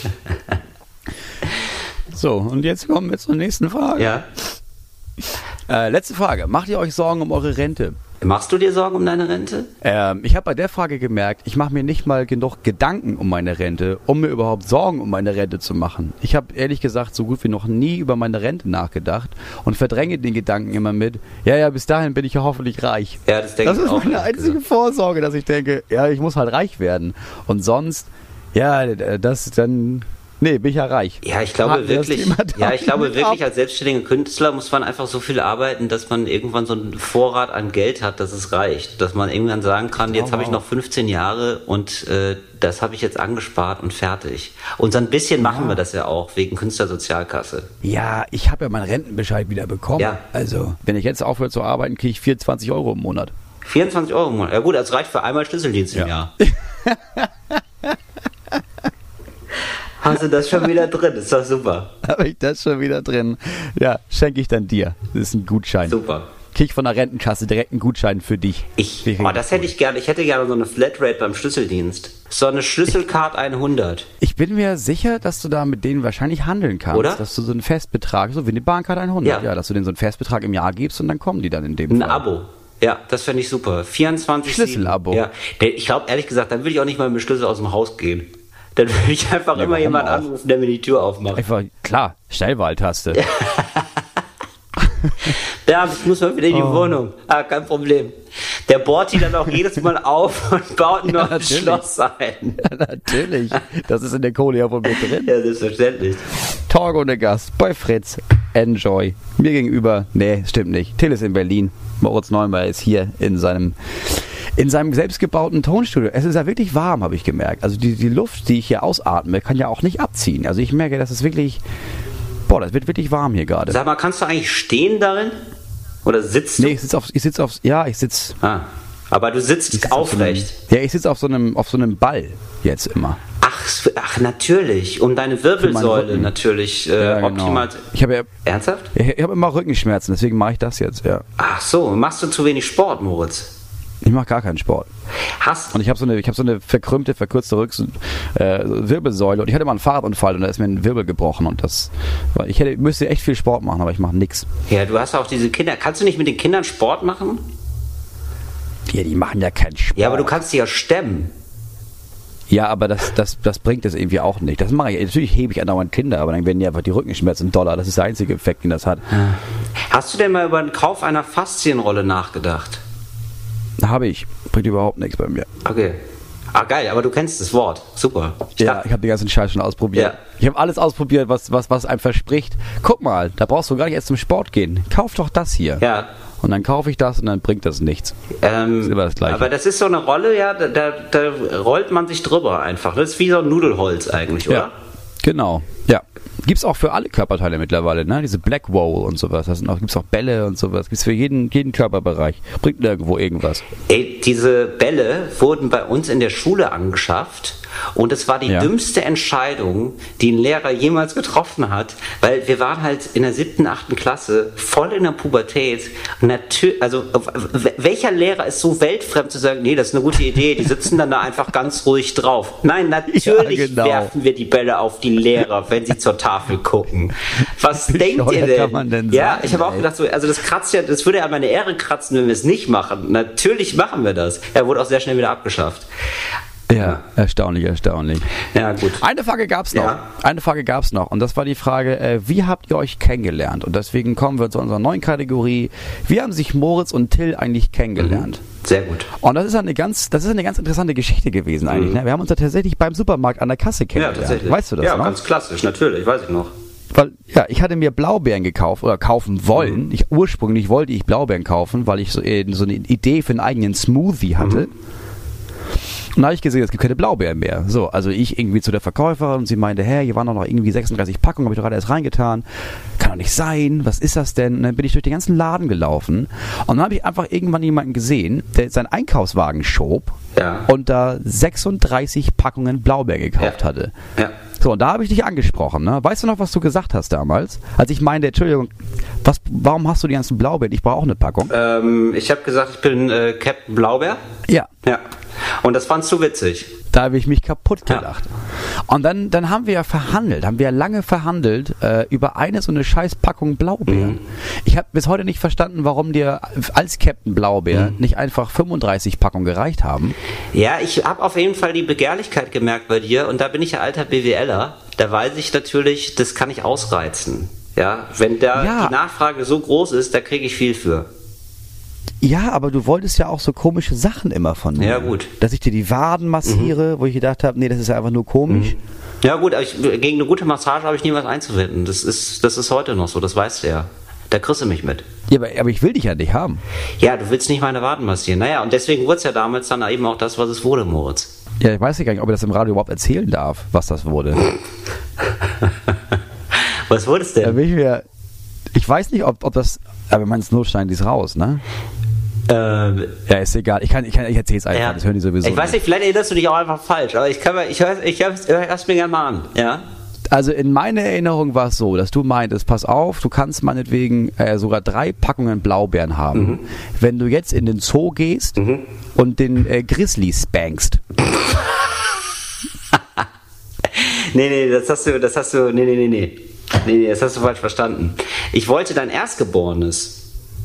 So, und jetzt kommen wir zur nächsten Frage. Ja. Letzte Frage. Macht ihr euch Sorgen um eure Rente? Machst du dir Sorgen um deine Rente? Ich habe bei der Frage gemerkt, ich mache mir nicht mal genug Gedanken um meine Rente, um mir überhaupt Sorgen um meine Rente zu machen. Ich habe ehrlich gesagt so gut wie noch nie über meine Rente nachgedacht und verdränge den Gedanken immer mit, ja, bis dahin bin ich ja hoffentlich reich. Ja, das denke ich auch. Das ist meine einzige Vorsorge, dass ich denke, ja, ich muss halt reich werden. Und sonst, bin ich ja reich. Ja, ich glaube wirklich, als selbstständiger Künstler muss man einfach so viel arbeiten, dass man irgendwann so einen Vorrat an Geld hat, dass es reicht. Dass man irgendwann sagen kann, jetzt habe ich noch 15 Jahre und das habe ich jetzt angespart und fertig. Und so ein bisschen machen wir das ja auch, wegen Künstlersozialkasse. Ja, ich habe ja meinen Rentenbescheid wieder bekommen. Ja. Also, wenn ich jetzt aufhöre zu arbeiten, kriege ich 24 € im Monat. 24 € im Monat? Ja gut, das reicht für einmal Schlüsseldienst im Jahr. Hast du das schon wieder drin? Ist doch super. Habe ich das schon wieder drin? Ja, schenke ich dann dir. Das ist ein Gutschein. Super. Krieg ich von der Rentenkasse direkt einen Gutschein für dich. Das hätte ich gerne. Ich hätte gerne so eine Flatrate beim Schlüsseldienst. So eine Schlüsselcard 100. Ich bin mir sicher, dass du da mit denen wahrscheinlich handeln kannst. Oder? Dass du so einen Festbetrag, so wie eine Bahncard 100, dass du denen so einen Festbetrag im Jahr gibst und dann kommen die dann in dem Fall. Ein Abo. Ja, das fände ich super. 24 Schlüsselabo. Ja. Ich glaube, ehrlich gesagt, dann würde ich auch nicht mal mit dem Schlüssel aus dem Haus gehen. Dann würde ich einfach immer jemanden anrufen, der mir die Tür aufmacht. Einfach, klar, Schnellwahltaste. Ja, ich muss mal wieder in die Wohnung. Kein Problem. Der bohrt die dann auch jedes Mal auf und baut noch ein Schloss ein. Ja, natürlich. Das ist in der Kohle ja wohl mit drin. Ja, selbstverständlich. Talk ohne Gast bei Fritz. Enjoy. Mir gegenüber, nee, stimmt nicht. Till ist in Berlin. Moritz Neumeier ist hier in seinem selbstgebauten Tonstudio. Es ist ja wirklich warm, habe ich gemerkt. Also die Luft, die ich hier ausatme, kann ja auch nicht abziehen. Also ich merke, das ist wirklich... das wird wirklich warm hier gerade. Sag mal, kannst du eigentlich stehen darin? Oder sitzt du? Nee, ich sitze. Aber du sitzt aufrecht. Ich sitze auf so einem Ball jetzt immer. Ach, natürlich. Um deine Wirbelsäule natürlich optimal. Genau. Ernsthaft? Ich habe immer Rückenschmerzen, deswegen mache ich das jetzt, ja. Ach so, machst du zu wenig Sport, Moritz? Ich mache gar keinen Sport. Und ich habe so eine verkrümmte, verkürzte Wirbelsäule und ich hatte mal einen Fahrradunfall und da ist mir ein Wirbel gebrochen und müsste echt viel Sport machen, aber ich mache nichts. Ja, du hast auch diese Kinder. Kannst du nicht mit den Kindern Sport machen? Ja, die machen ja keinen Sport. Ja, aber du kannst sie ja stemmen. Ja, aber das bringt es irgendwie auch nicht. Das mache ich. Natürlich hebe ich andauernd Kinder, aber dann werden die einfach die Rückenschmerzen doller. Das ist der einzige Effekt, den das hat. Hast du denn mal über den Kauf einer Faszienrolle nachgedacht? Habe ich. Bringt überhaupt nichts bei mir. Okay. Geil, aber du kennst das Wort. Super. Ich habe den ganzen Scheiß schon ausprobiert. Ja. Ich habe alles ausprobiert, was einem verspricht. Guck mal, da brauchst du gar nicht erst zum Sport gehen. Kauf doch das hier. Ja. Und dann kaufe ich das und dann bringt das nichts. Das ist immer das Gleiche. Aber das ist so eine Rolle, ja, da rollt man sich drüber einfach. Das ist wie so ein Nudelholz eigentlich, oder? Ja, genau. Ja. Gibt's auch für alle Körperteile mittlerweile, ne? Diese Black Roll und sowas. Gibt's auch Bälle und sowas. Gibt's für jeden Körperbereich. Bringt nirgendwo irgendwas. Diese Bälle wurden bei uns in der Schule angeschafft und es war die dümmste Entscheidung, die ein Lehrer jemals getroffen hat, weil wir waren halt in der 7., 8. Klasse voll in der Pubertät. Welcher Lehrer ist so weltfremd zu sagen, nee, das ist eine gute Idee, die sitzen dann da einfach ganz ruhig drauf. Nein, natürlich werfen wir die Bälle auf die Lehrer, wenn sie zur Tafel gucken. Was denkt ihr denn? Kann man denn sagen, ich habe auch gedacht, das würde ja an meine Ehre kratzen, wenn wir es nicht machen. Natürlich machen wir das. Er wurde auch sehr schnell wieder abgeschafft. Ja, erstaunlich. Ja, gut. Eine Frage gab's noch. Und das war die Frage, wie habt ihr euch kennengelernt? Und deswegen kommen wir zu unserer neuen Kategorie. Wie haben sich Moritz und Till eigentlich kennengelernt? Sehr gut. Und das ist eine ganz interessante Geschichte gewesen eigentlich. Ne? Wir haben uns ja tatsächlich beim Supermarkt an der Kasse kennengelernt. Ja, tatsächlich. Weißt du das noch? Ja, ganz klassisch, natürlich, weiß ich noch. Weil, ich hatte mir Blaubeeren gekauft oder kaufen wollen. Ursprünglich wollte ich Blaubeeren kaufen, weil ich so eine Idee für einen eigenen Smoothie hatte. Und da habe ich gesehen, es gibt keine Blaubeeren mehr. So, also ich irgendwie zu der Verkäuferin und sie meinte, hier waren doch noch irgendwie 36 Packungen, habe ich doch gerade erst reingetan. Kann doch nicht sein, was ist das denn? Und dann bin ich durch den ganzen Laden gelaufen und dann habe ich einfach irgendwann jemanden gesehen, der seinen Einkaufswagen schob und da 36 Packungen Blaubeeren gekauft hatte. Ja. So, und da habe ich dich angesprochen, ne? Weißt du noch, was du gesagt hast damals? Als ich meinte, Entschuldigung, warum hast du die ganzen Blaubeeren? Ich brauche auch eine Packung. Ich habe gesagt, ich bin Captain Blaubeer. Ja. Und das fandst du witzig. Da habe ich mich kaputt gelacht. Und dann haben wir lange verhandelt über eine so eine scheiß Packung Blaubeeren. Ich habe bis heute nicht verstanden, warum dir als Captain Blaubeer nicht einfach 35 Packungen gereicht haben. Ja, ich habe auf jeden Fall die Begehrlichkeit gemerkt bei dir und da bin ich ja alter BWLer. Da weiß ich natürlich, das kann ich ausreizen. Ja, wenn die Nachfrage so groß ist, da kriege ich viel für. Ja, aber du wolltest ja auch so komische Sachen immer von mir. Ja, gut. Dass ich dir die Waden massiere, wo ich gedacht habe, nee, das ist ja einfach nur komisch. Ja gut, gegen eine gute Massage habe ich nie was einzuwenden. Das ist heute noch so, das weißt du ja. Da kriegst du mich mit. Ja, aber ich will dich ja nicht haben. Ja, du willst nicht meine Waden massieren. Naja, und deswegen wurde es ja damals dann eben auch das, was es wurde, Moritz. Ja, ich weiß ja gar nicht, ob ich das im Radio überhaupt erzählen darf, was das wurde. Was wurde es denn? Ich weiß nicht, ob das... Aber meinst nur schneiden die es raus, ne? Ja, ist egal. Ich erzähle es einfach, das hören die sowieso. Ich weiß nicht, vielleicht erinnerst du dich auch einfach falsch, aber hör's mir gerne mal an, ja? Also in meiner Erinnerung war es so, dass du meintest, pass auf, du kannst meinetwegen sogar 3 Packungen Blaubeeren haben. Wenn du jetzt in den Zoo gehst und den Grizzly spankst. Nee, das hast du, nee, das hast du falsch verstanden. Ich wollte dein Erstgeborenes.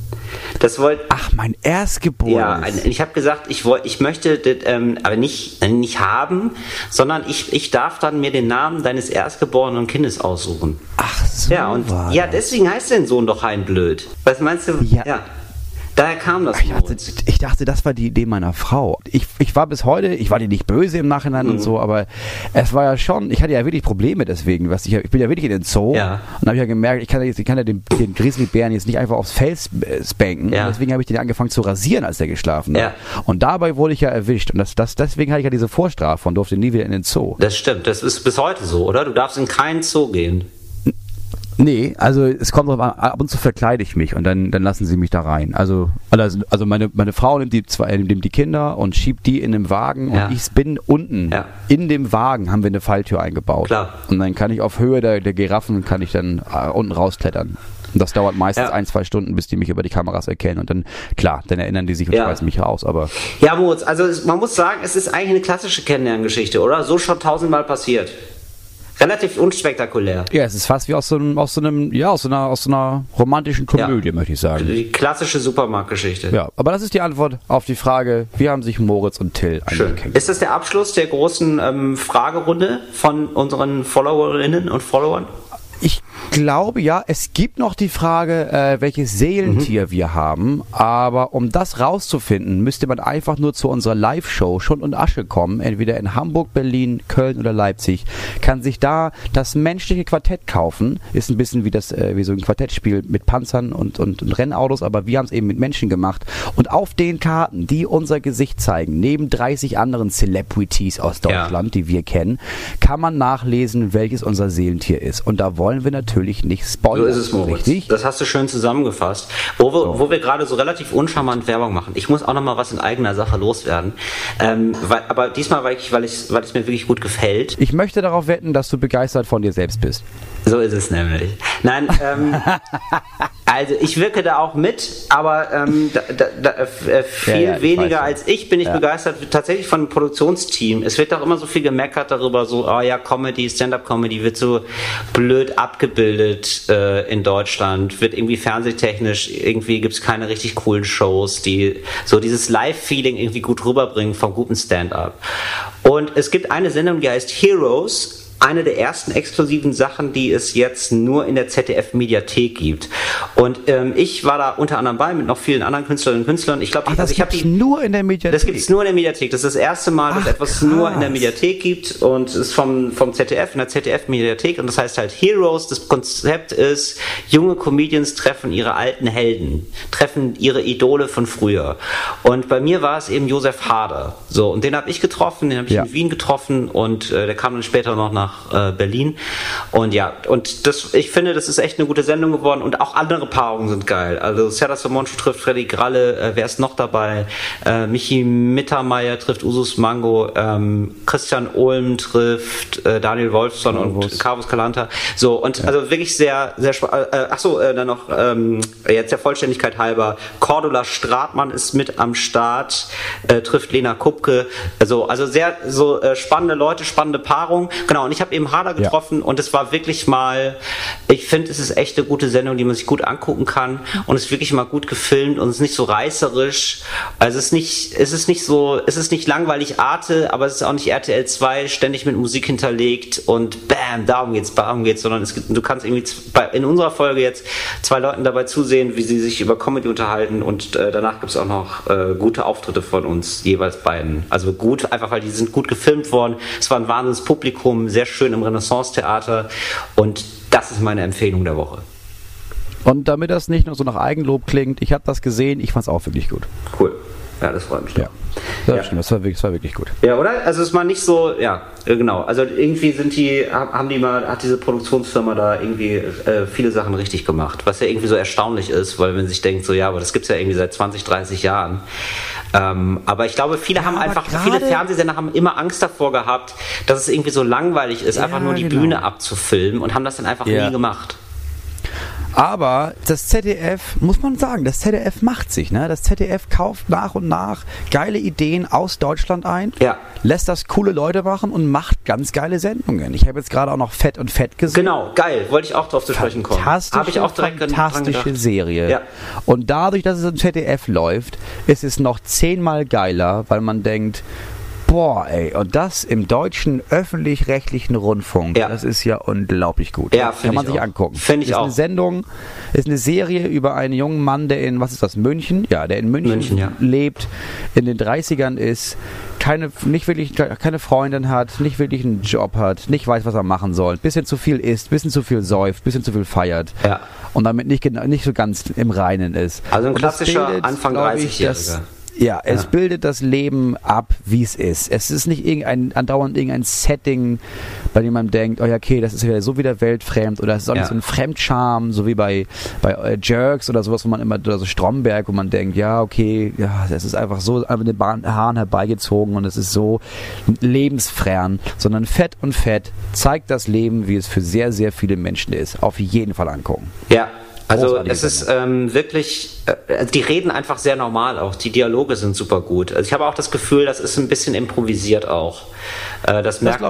Ach, mein Erstgeborenes. Ja, ich habe gesagt, ich möchte das, aber nicht haben, sondern ich darf dann mir den Namen deines erstgeborenen Kindes aussuchen. Ach so. Ja, und ja, deswegen heißt dein Sohn doch Hein Blöd. Was meinst du? Ja. Daher kam das. Ich dachte, das war die Idee meiner Frau. Ich war bis heute, ich war dir nicht böse im Nachhinein und so, aber es war ja schon, ich hatte ja wirklich Probleme deswegen. Ich bin ja wirklich in den Zoo und habe ja gemerkt, ich kann ja den Grizzlybären jetzt nicht einfach aufs Fels spanken. Ja. Deswegen habe ich den angefangen zu rasieren, als der geschlafen hat. Ja. Und dabei wurde ich ja erwischt. Und deswegen hatte ich ja diese Vorstrafe und durfte nie wieder in den Zoo. Das stimmt, das ist bis heute so, oder? Du darfst in keinen Zoo gehen. Nee, also es kommt drauf an, ab und zu verkleide ich mich und dann lassen sie mich da rein. Also meine Frau nimmt die Kinder und schiebt die in den Wagen und ich bin unten. Ja. In dem Wagen haben wir eine Falltür eingebaut. Klar. Und dann kann ich auf Höhe der Giraffen dann unten rausklettern. Und das dauert meistens 1-2 Stunden, bis die mich über die Kameras erkennen. Und dann, klar, dann erinnern die sich und schmeißen mich raus. Aber ja, Moritz, also man muss sagen, es ist eigentlich eine klassische Kennenlerngeschichte, oder? So schon 1000-mal passiert. Relativ unspektakulär. Ja, es ist fast wie aus so einer romantischen Komödie, möchte ich sagen. Die klassische Supermarktgeschichte. Ja, aber das ist die Antwort auf die Frage, wie haben sich Moritz und Till kennengelernt? Ist das der Abschluss der großen Fragerunde von unseren Followerinnen und Followern? Ich glaube ja, es gibt noch die Frage, welches Seelentier wir haben, aber um das rauszufinden, müsste man einfach nur zu unserer Live-Show Schund und Asche kommen, entweder in Hamburg, Berlin, Köln oder Leipzig, kann sich da das menschliche Quartett kaufen, ist ein bisschen wie so ein Quartettspiel mit Panzern und Rennautos, aber wir haben es eben mit Menschen gemacht und auf den Karten, die unser Gesicht zeigen, neben 30 anderen Celebrities aus Deutschland, die wir kennen, kann man nachlesen, welches unser Seelentier ist und da wollen wir natürlich nicht spoilern. So ist es, Moritz. Richtig? Das hast du schön zusammengefasst. Wo wir gerade so relativ uncharmant Werbung machen. Ich muss auch noch mal was in eigener Sache loswerden. Aber diesmal, weil es mir wirklich gut gefällt. Ich möchte darauf wetten, dass du begeistert von dir selbst bist. So ist es nämlich. Nein, also ich wirke da auch mit, aber viel weniger als ich bin ich begeistert tatsächlich von dem Produktionsteam. Es wird auch immer so viel gemeckert darüber, so, Comedy, Stand-up-Comedy wird so blöd abgebildet in Deutschland, wird irgendwie fernsehtechnisch, irgendwie gibt es keine richtig coolen Shows, die so dieses Live-Feeling irgendwie gut rüberbringen vom guten Stand-up. Und es gibt eine Sendung, die heißt Heroes, eine der ersten exklusiven Sachen, die es jetzt nur in der ZDF-Mediathek gibt. Und ich war da unter anderem bei, mit noch vielen anderen Künstlerinnen und Künstlern. Ich glaube, das gibt's nur in der Mediathek? Das gibt es nur in der Mediathek. Das ist das erste Mal, dass etwas nur in der Mediathek gibt und es ist vom ZDF, in der ZDF-Mediathek und das heißt halt Heroes. Das Konzept ist, junge Comedians treffen ihre alten Helden, treffen ihre Idole von früher. Und bei mir war es eben Josef Hader. So, und den habe ich getroffen, den habe ich in Wien getroffen und der kam dann später noch nach Berlin. Und ich finde, das ist echt eine gute Sendung geworden und auch andere Paarungen sind geil. Also Serdar Somuncu trifft Freddy Gralle, wer ist noch dabei? Michi Mittermeier trifft Usus Mango, Christian Ulm trifft Daniel Wolfson und Carvus Calanta. So, und also wirklich sehr, sehr spannend. Dann noch, jetzt der Vollständigkeit halber, Cordula Stratmann ist mit am Start, trifft Lena Kupke. Also sehr so spannende Leute, spannende Paarung. Genau, und ich habe eben Hader getroffen und es war wirklich mal, ich finde, es ist echt eine gute Sendung, die man sich gut angucken kann und es ist wirklich mal gut gefilmt und es ist nicht so reißerisch. Also es ist nicht langweilig Arte, aber es ist auch nicht RTL 2 ständig mit Musik hinterlegt und bam, darum geht's, sondern du kannst irgendwie in unserer Folge jetzt 2 Leuten dabei zusehen, wie sie sich über Comedy unterhalten und danach gibt es auch noch gute Auftritte von uns, jeweils beiden. Also gut, einfach weil die sind gut gefilmt worden. Es war ein wahnsinniges Publikum, sehr schön im Renaissance-Theater und das ist meine Empfehlung der Woche. Und damit das nicht nur so nach Eigenlob klingt, ich habe das gesehen, ich fand es auch wirklich gut. Cool. Ja, das freut mich doch. Ja, stimmt, das war wirklich gut. Ja, oder? Also es war nicht so, ja, genau. Also irgendwie hat diese Produktionsfirma da irgendwie viele Sachen richtig gemacht, was ja irgendwie so erstaunlich ist, weil man sich denkt, so ja, aber das gibt's ja irgendwie seit 20, 30 Jahren. Aber ich glaube, viele Fernsehsender haben immer Angst davor gehabt, dass es irgendwie so langweilig ist, einfach nur die Bühne abzufilmen und haben das dann einfach nie gemacht. Aber das ZDF, muss man sagen, das ZDF macht sich, ne? Das ZDF kauft nach und nach geile Ideen aus Deutschland ein, lässt das coole Leute machen und macht ganz geile Sendungen. Ich habe jetzt gerade auch noch Fett und Fett gesehen. Genau, geil, wollte ich auch drauf zu sprechen kommen. Habe ich auch direkt fantastische Serie. Ja. Und dadurch, dass es im ZDF läuft, ist es noch 10-mal geiler, weil man denkt, boah, ey, und das im deutschen öffentlich-rechtlichen Rundfunk, das ist ja unglaublich gut. Ja, kann man sich angucken. Finde ich auch. Ist eine Sendung, ist eine Serie über einen jungen Mann, der in, München? Ja, der in München lebt, in den 30ern ist, keine Freundin hat, nicht wirklich einen Job hat, nicht weiß, was er machen soll, bisschen zu viel isst, bisschen zu viel säuft, bisschen zu viel feiert und damit nicht so ganz im Reinen ist. Also ein klassischer Anfang 30-Jähriger. Ja, es bildet das Leben ab, wie es ist. Es ist nicht andauernd irgendein Setting, bei dem man denkt, oh ja, okay, das ist wieder weltfremd, oder es ist auch nicht so ein Fremdscham, so wie bei Jerks oder sowas, wo man immer, oder so Stromberg, wo man denkt, ja, okay, ja, das ist einfach so an den Haaren herbeigezogen und es ist so lebensfern, sondern Fett und Fett zeigt das Leben, wie es für sehr, sehr viele Menschen ist. Auf jeden Fall angucken. Ja. Also es ist wirklich, die reden einfach sehr normal auch, die Dialoge sind super gut. Also ich habe auch das Gefühl, das ist ein bisschen improvisiert auch. Das merkt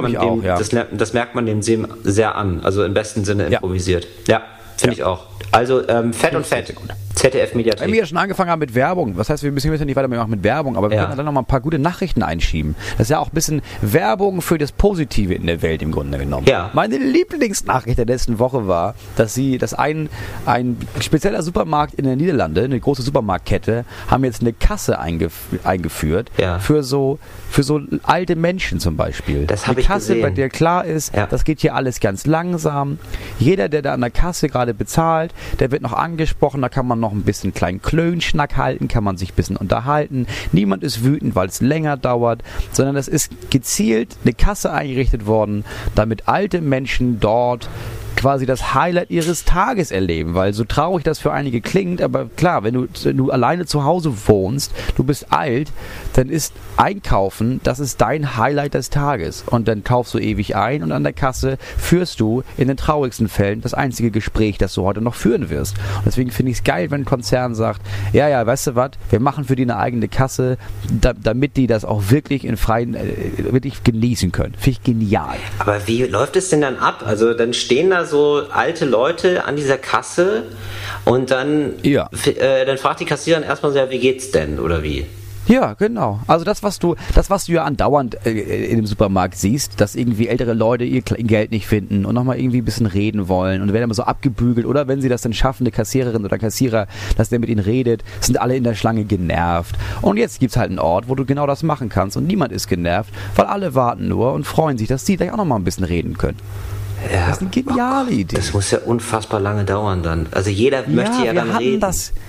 man dem sehr an, also im besten Sinne improvisiert. Ja, finde ich auch. Also Fett und Fett. ZDF-Mediathek. Wenn wir ja schon angefangen haben mit Werbung, das heißt, wir müssen nicht weitermachen mit Werbung, aber wir können dann noch mal ein paar gute Nachrichten einschieben. Das ist ja auch ein bisschen Werbung für das Positive in der Welt im Grunde genommen. Ja. Meine Lieblingsnachricht der letzten Woche war, dass ein spezieller Supermarkt in den Niederlanden, eine große Supermarktkette, haben jetzt eine Kasse eingeführt für so alte Menschen zum Beispiel. Das habe ich gesehen. Eine Kasse, bei der klar ist, das geht hier alles ganz langsam. Jeder, der da an der Kasse gerade bezahlt, der wird noch angesprochen, da kann man noch ein bisschen kleinen Klönschnack halten, kann man sich ein bisschen unterhalten. Niemand ist wütend, weil es länger dauert, sondern es ist gezielt eine Kasse eingerichtet worden, damit alte Menschen dort quasi das Highlight ihres Tages erleben, weil so traurig das für einige klingt, aber klar, wenn du alleine zu Hause wohnst, du bist alt, dann ist Einkaufen, das ist dein Highlight des Tages und dann kaufst du ewig ein und an der Kasse führst du in den traurigsten Fällen das einzige Gespräch, das du heute noch führen wirst. Und deswegen finde ich es geil, wenn ein Konzern sagt, ja, weißt du was, wir machen für die eine eigene Kasse, damit die das auch wirklich in freien, wirklich genießen können. Finde ich genial. Aber wie läuft es denn dann ab? Also dann stehen da so alte Leute an dieser Kasse und dann fragt die Kassiererin erstmal so, wie geht's denn oder wie? Ja, genau. Also das, was du ja andauernd in dem Supermarkt siehst, dass irgendwie ältere Leute ihr Geld nicht finden und nochmal irgendwie ein bisschen reden wollen und werden immer so abgebügelt oder wenn sie das dann schaffen, eine Kassiererin oder Kassierer, dass der mit ihnen redet, sind alle in der Schlange genervt. Und jetzt gibt's halt einen Ort, wo du genau das machen kannst und niemand ist genervt, weil alle warten nur und freuen sich, dass sie gleich auch nochmal ein bisschen reden können. Ja, das ist eine geniale Idee. Das muss ja unfassbar lange dauern dann. Also jeder möchte ja dann reden.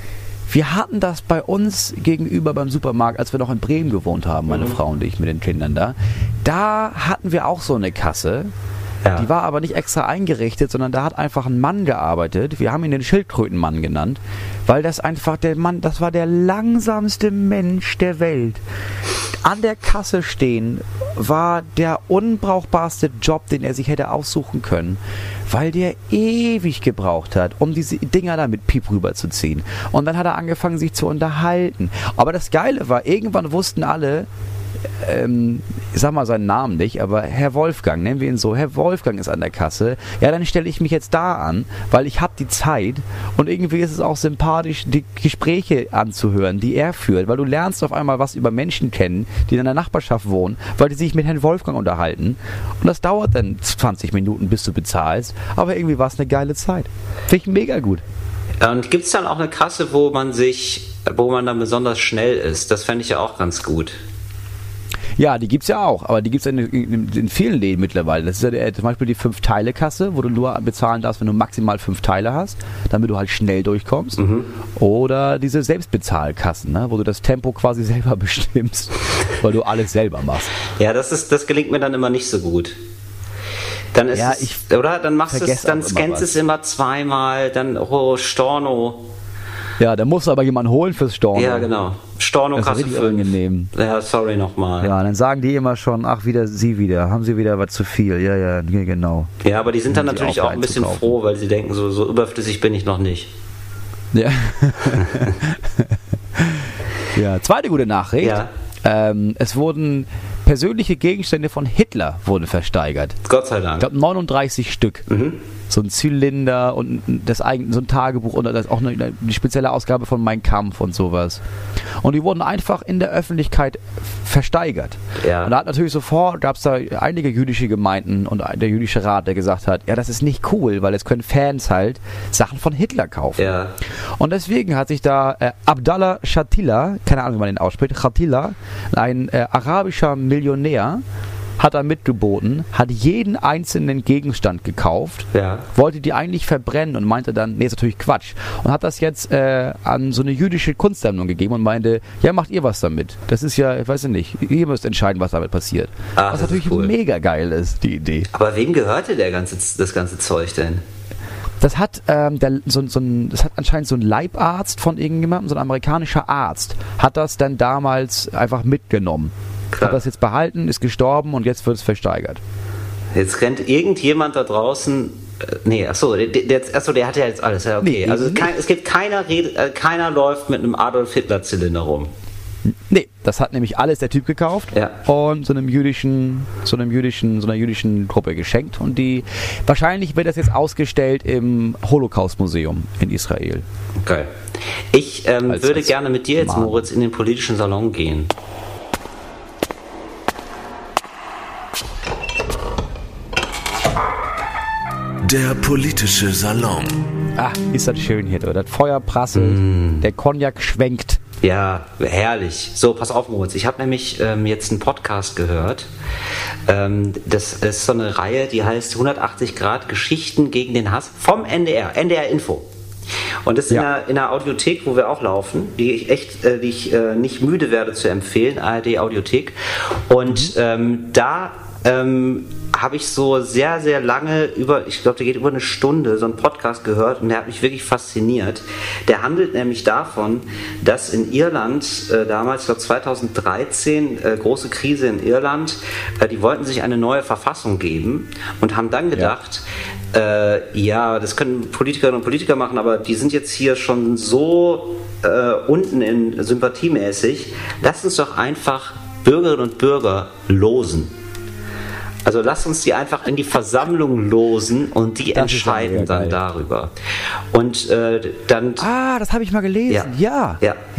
Wir hatten das bei uns gegenüber beim Supermarkt, als wir noch in Bremen gewohnt haben, meine Frau und ich mit den Kindern da. Da hatten wir auch so eine Kasse. Ja. Die war aber nicht extra eingerichtet, sondern da hat einfach ein Mann gearbeitet. Wir haben ihn den Schildkrötenmann genannt, weil das einfach das war der langsamste Mensch der Welt. An der Kasse stehen war der unbrauchbarste Job, den er sich hätte aussuchen können, weil der ewig gebraucht hat, um diese Dinger da mit Piep rüberzuziehen. Und dann hat er angefangen, sich zu unterhalten. Aber das Geile war, irgendwann wussten alle, ich sag mal seinen Namen nicht, aber Herr Wolfgang, nennen wir ihn so, Herr Wolfgang ist an der Kasse, ja, dann stelle ich mich jetzt da an, weil ich habe die Zeit und irgendwie ist es auch sympathisch, die Gespräche anzuhören, die er führt, weil du lernst auf einmal was über Menschen kennen, die in der Nachbarschaft wohnen, weil die sich mit Herrn Wolfgang unterhalten und das dauert dann 20 Minuten, bis du bezahlst, aber irgendwie war es eine geile Zeit. Finde ich mega gut. Und gibt es dann auch eine Kasse, wo man dann besonders schnell ist? Das fände ich ja auch ganz gut. Ja, die gibt's ja auch, aber die gibt's in vielen Läden mittlerweile. Das ist ja zum Beispiel die 5-Teile-Kasse, wo du nur bezahlen darfst, wenn du maximal 5 Teile hast, damit du halt schnell durchkommst. Oder diese Selbstbezahlkassen, ne, wo du das Tempo quasi selber bestimmst, weil du alles selber machst. Ja, das gelingt mir dann immer nicht so gut. Dann ist dann machst du es, dann scannst es immer zweimal, dann Storno. Ja, da musst du aber jemanden holen fürs Storno. Ja, genau. Storno-Kasse 5. Unangenehm. Ja, sorry nochmal. Ja, dann sagen die immer schon, ach, haben sie wieder was zu viel. Ja, genau. Ja, aber die sind dann natürlich auch ein bisschen froh, weil sie denken, so überflüssig bin ich noch nicht. Ja. Ja, zweite gute Nachricht. Ja. Es wurden persönliche Gegenstände von Hitler versteigert. Gott sei Dank. Ich glaube 39 Stück. So ein Zylinder und so ein Tagebuch und das auch eine spezielle Ausgabe von Mein Kampf und sowas. Und die wurden einfach in der Öffentlichkeit versteigert. Ja. Und da hat natürlich gab es da einige jüdische Gemeinden und der jüdische Rat, der gesagt hat, ja, das ist nicht cool, weil jetzt können Fans halt Sachen von Hitler kaufen. Ja. Und deswegen hat sich da Abdallah Chatila, keine Ahnung, wie man den ausspricht, Chatila, ein arabischer Millionär, hat er mitgeboten, hat jeden einzelnen Gegenstand gekauft, wollte die eigentlich verbrennen und meinte dann, nee, ist natürlich Quatsch. Und hat das jetzt an so eine jüdische Kunstsammlung gegeben und meinte, ja, macht ihr was damit. Das ist ja, ich weiß nicht, ihr müsst entscheiden, was damit passiert. Ach, was natürlich cool. Mega geil ist, die Idee. Aber wem gehörte das ganze Zeug denn? Das hat, das hat anscheinend so ein Leibarzt von irgendjemandem, so ein amerikanischer Arzt, hat das dann damals einfach mitgenommen. Klar. Hat das jetzt behalten, ist gestorben und jetzt wird es versteigert. Jetzt rennt irgendjemand da draußen. Der hat ja jetzt alles. Ja, okay. Nee, also es gibt keiner läuft mit einem Adolf Hitler Zylinder rum. Nee, das hat nämlich alles der Typ gekauft und so einer jüdischen Gruppe geschenkt und wahrscheinlich wird das jetzt ausgestellt im Holocaust-Museum in Israel. Okay. Ich würde gerne mit dir jetzt, Moritz, in den politischen Salon gehen. Der politische Salon. Ach, ist das schön hier, das Feuer prasselt, der Cognac schwenkt. Ja, herrlich. So, pass auf, Moritz. Ich habe nämlich jetzt einen Podcast gehört. Das ist so eine Reihe, die heißt 180 Grad Geschichten gegen den Hass vom NDR. NDR Info. Und das ist in der Audiothek, wo wir auch laufen, die ich nicht müde werde zu empfehlen, ARD Audiothek. Und da habe ich so sehr, sehr lange ich glaube, der geht über eine Stunde, so einen Podcast gehört und der hat mich wirklich fasziniert. Der handelt nämlich davon, dass in Irland damals, ich glaube 2013, große Krise in Irland, die wollten sich eine neue Verfassung geben und haben dann gedacht, das können Politikerinnen und Politiker machen, aber die sind jetzt hier schon so unten in sympathiemäßig, lasst uns doch einfach Bürgerinnen und Bürger losen. Also lasst uns die einfach in die Versammlung losen und die entscheiden dann darüber. Und dann... das habe ich mal gelesen. Ja.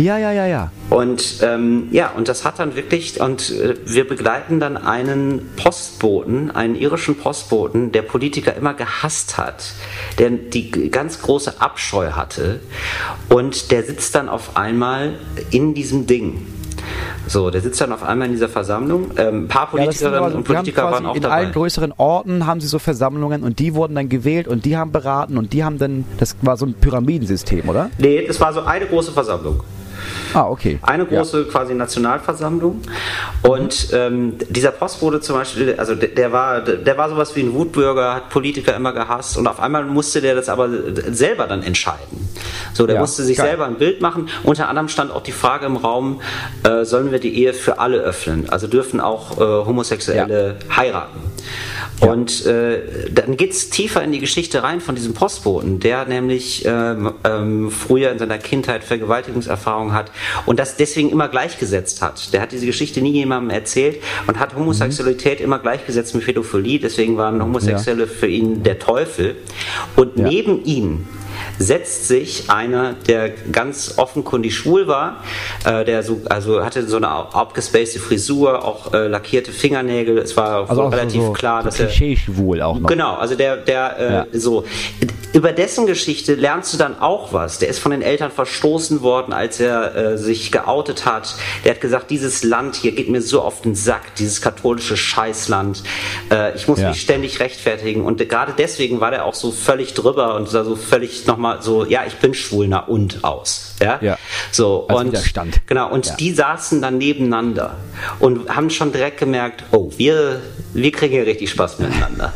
Und und das hat dann wirklich... Und wir begleiten dann einen irischen Postboten, der Politiker immer gehasst hat, der die ganz große Abscheu hatte und der sitzt dann auf einmal in diesem Ding. So, der sitzt dann auf einmal in dieser Versammlung. Ein paar Politikerinnen und Politiker waren auch dabei. In allen größeren Orten haben sie so Versammlungen und die wurden dann gewählt und die haben beraten und die haben dann, das war so ein Pyramidensystem, oder? Nee, das war so eine große Versammlung. Okay. Eine große quasi Nationalversammlung. Und dieser Postbote zum Beispiel, also der war sowas wie ein Wutbürger, hat Politiker immer gehasst und auf einmal musste der das aber selber dann entscheiden. So, der musste sich selber ein Bild machen. Unter anderem stand auch die Frage im Raum, sollen wir die Ehe für alle öffnen? Also dürfen auch Homosexuelle heiraten? Ja. Und dann geht es tiefer in die Geschichte rein von diesem Postboten, der nämlich früher in seiner Kindheit Vergewaltigungserfahrungen hat und das deswegen immer gleichgesetzt hat. Der hat diese Geschichte nie jemandem erzählt und hat Homosexualität immer gleichgesetzt mit Pädophilie, deswegen waren Homosexuelle für ihn der Teufel. Und neben ihm setzt sich einer, der ganz offenkundig schwul war, der hatte so eine abgespacede Frisur, auch lackierte Fingernägel, es war also relativ so klar, dass er schwul auch noch. Genau, also so über dessen Geschichte lernst du dann auch was. Der ist von den Eltern verstoßen worden, als er sich geoutet hat. Der hat gesagt, dieses Land hier geht mir so auf den Sack, dieses katholische Scheißland. Ich muss mich ständig rechtfertigen. Und gerade deswegen war der auch so völlig drüber und sah so völlig nochmal so, ja, ich bin schwul, na und aus. Ja. So, als und Widerstand. Genau, und die saßen dann nebeneinander und haben schon direkt gemerkt, oh, wir kriegen hier richtig Spaß miteinander.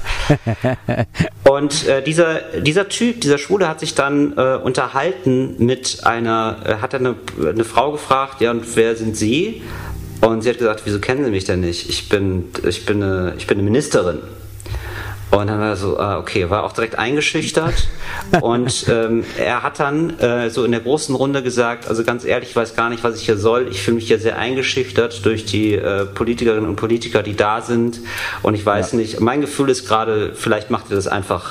Und dieser Typ, dieser Schwule hat sich dann unterhalten mit hat eine Frau gefragt, ja, und wer sind Sie? Und sie hat gesagt, wieso kennen Sie mich denn nicht? Ich bin eine Ministerin. Und dann war er so, okay, war auch direkt eingeschüchtert. Und er hat dann so in der großen Runde gesagt, also ganz ehrlich, ich weiß gar nicht, was ich hier soll. Ich fühle mich hier sehr eingeschüchtert durch die Politikerinnen und Politiker, die da sind. Und ich weiß nicht, mein Gefühl ist gerade, vielleicht macht ihr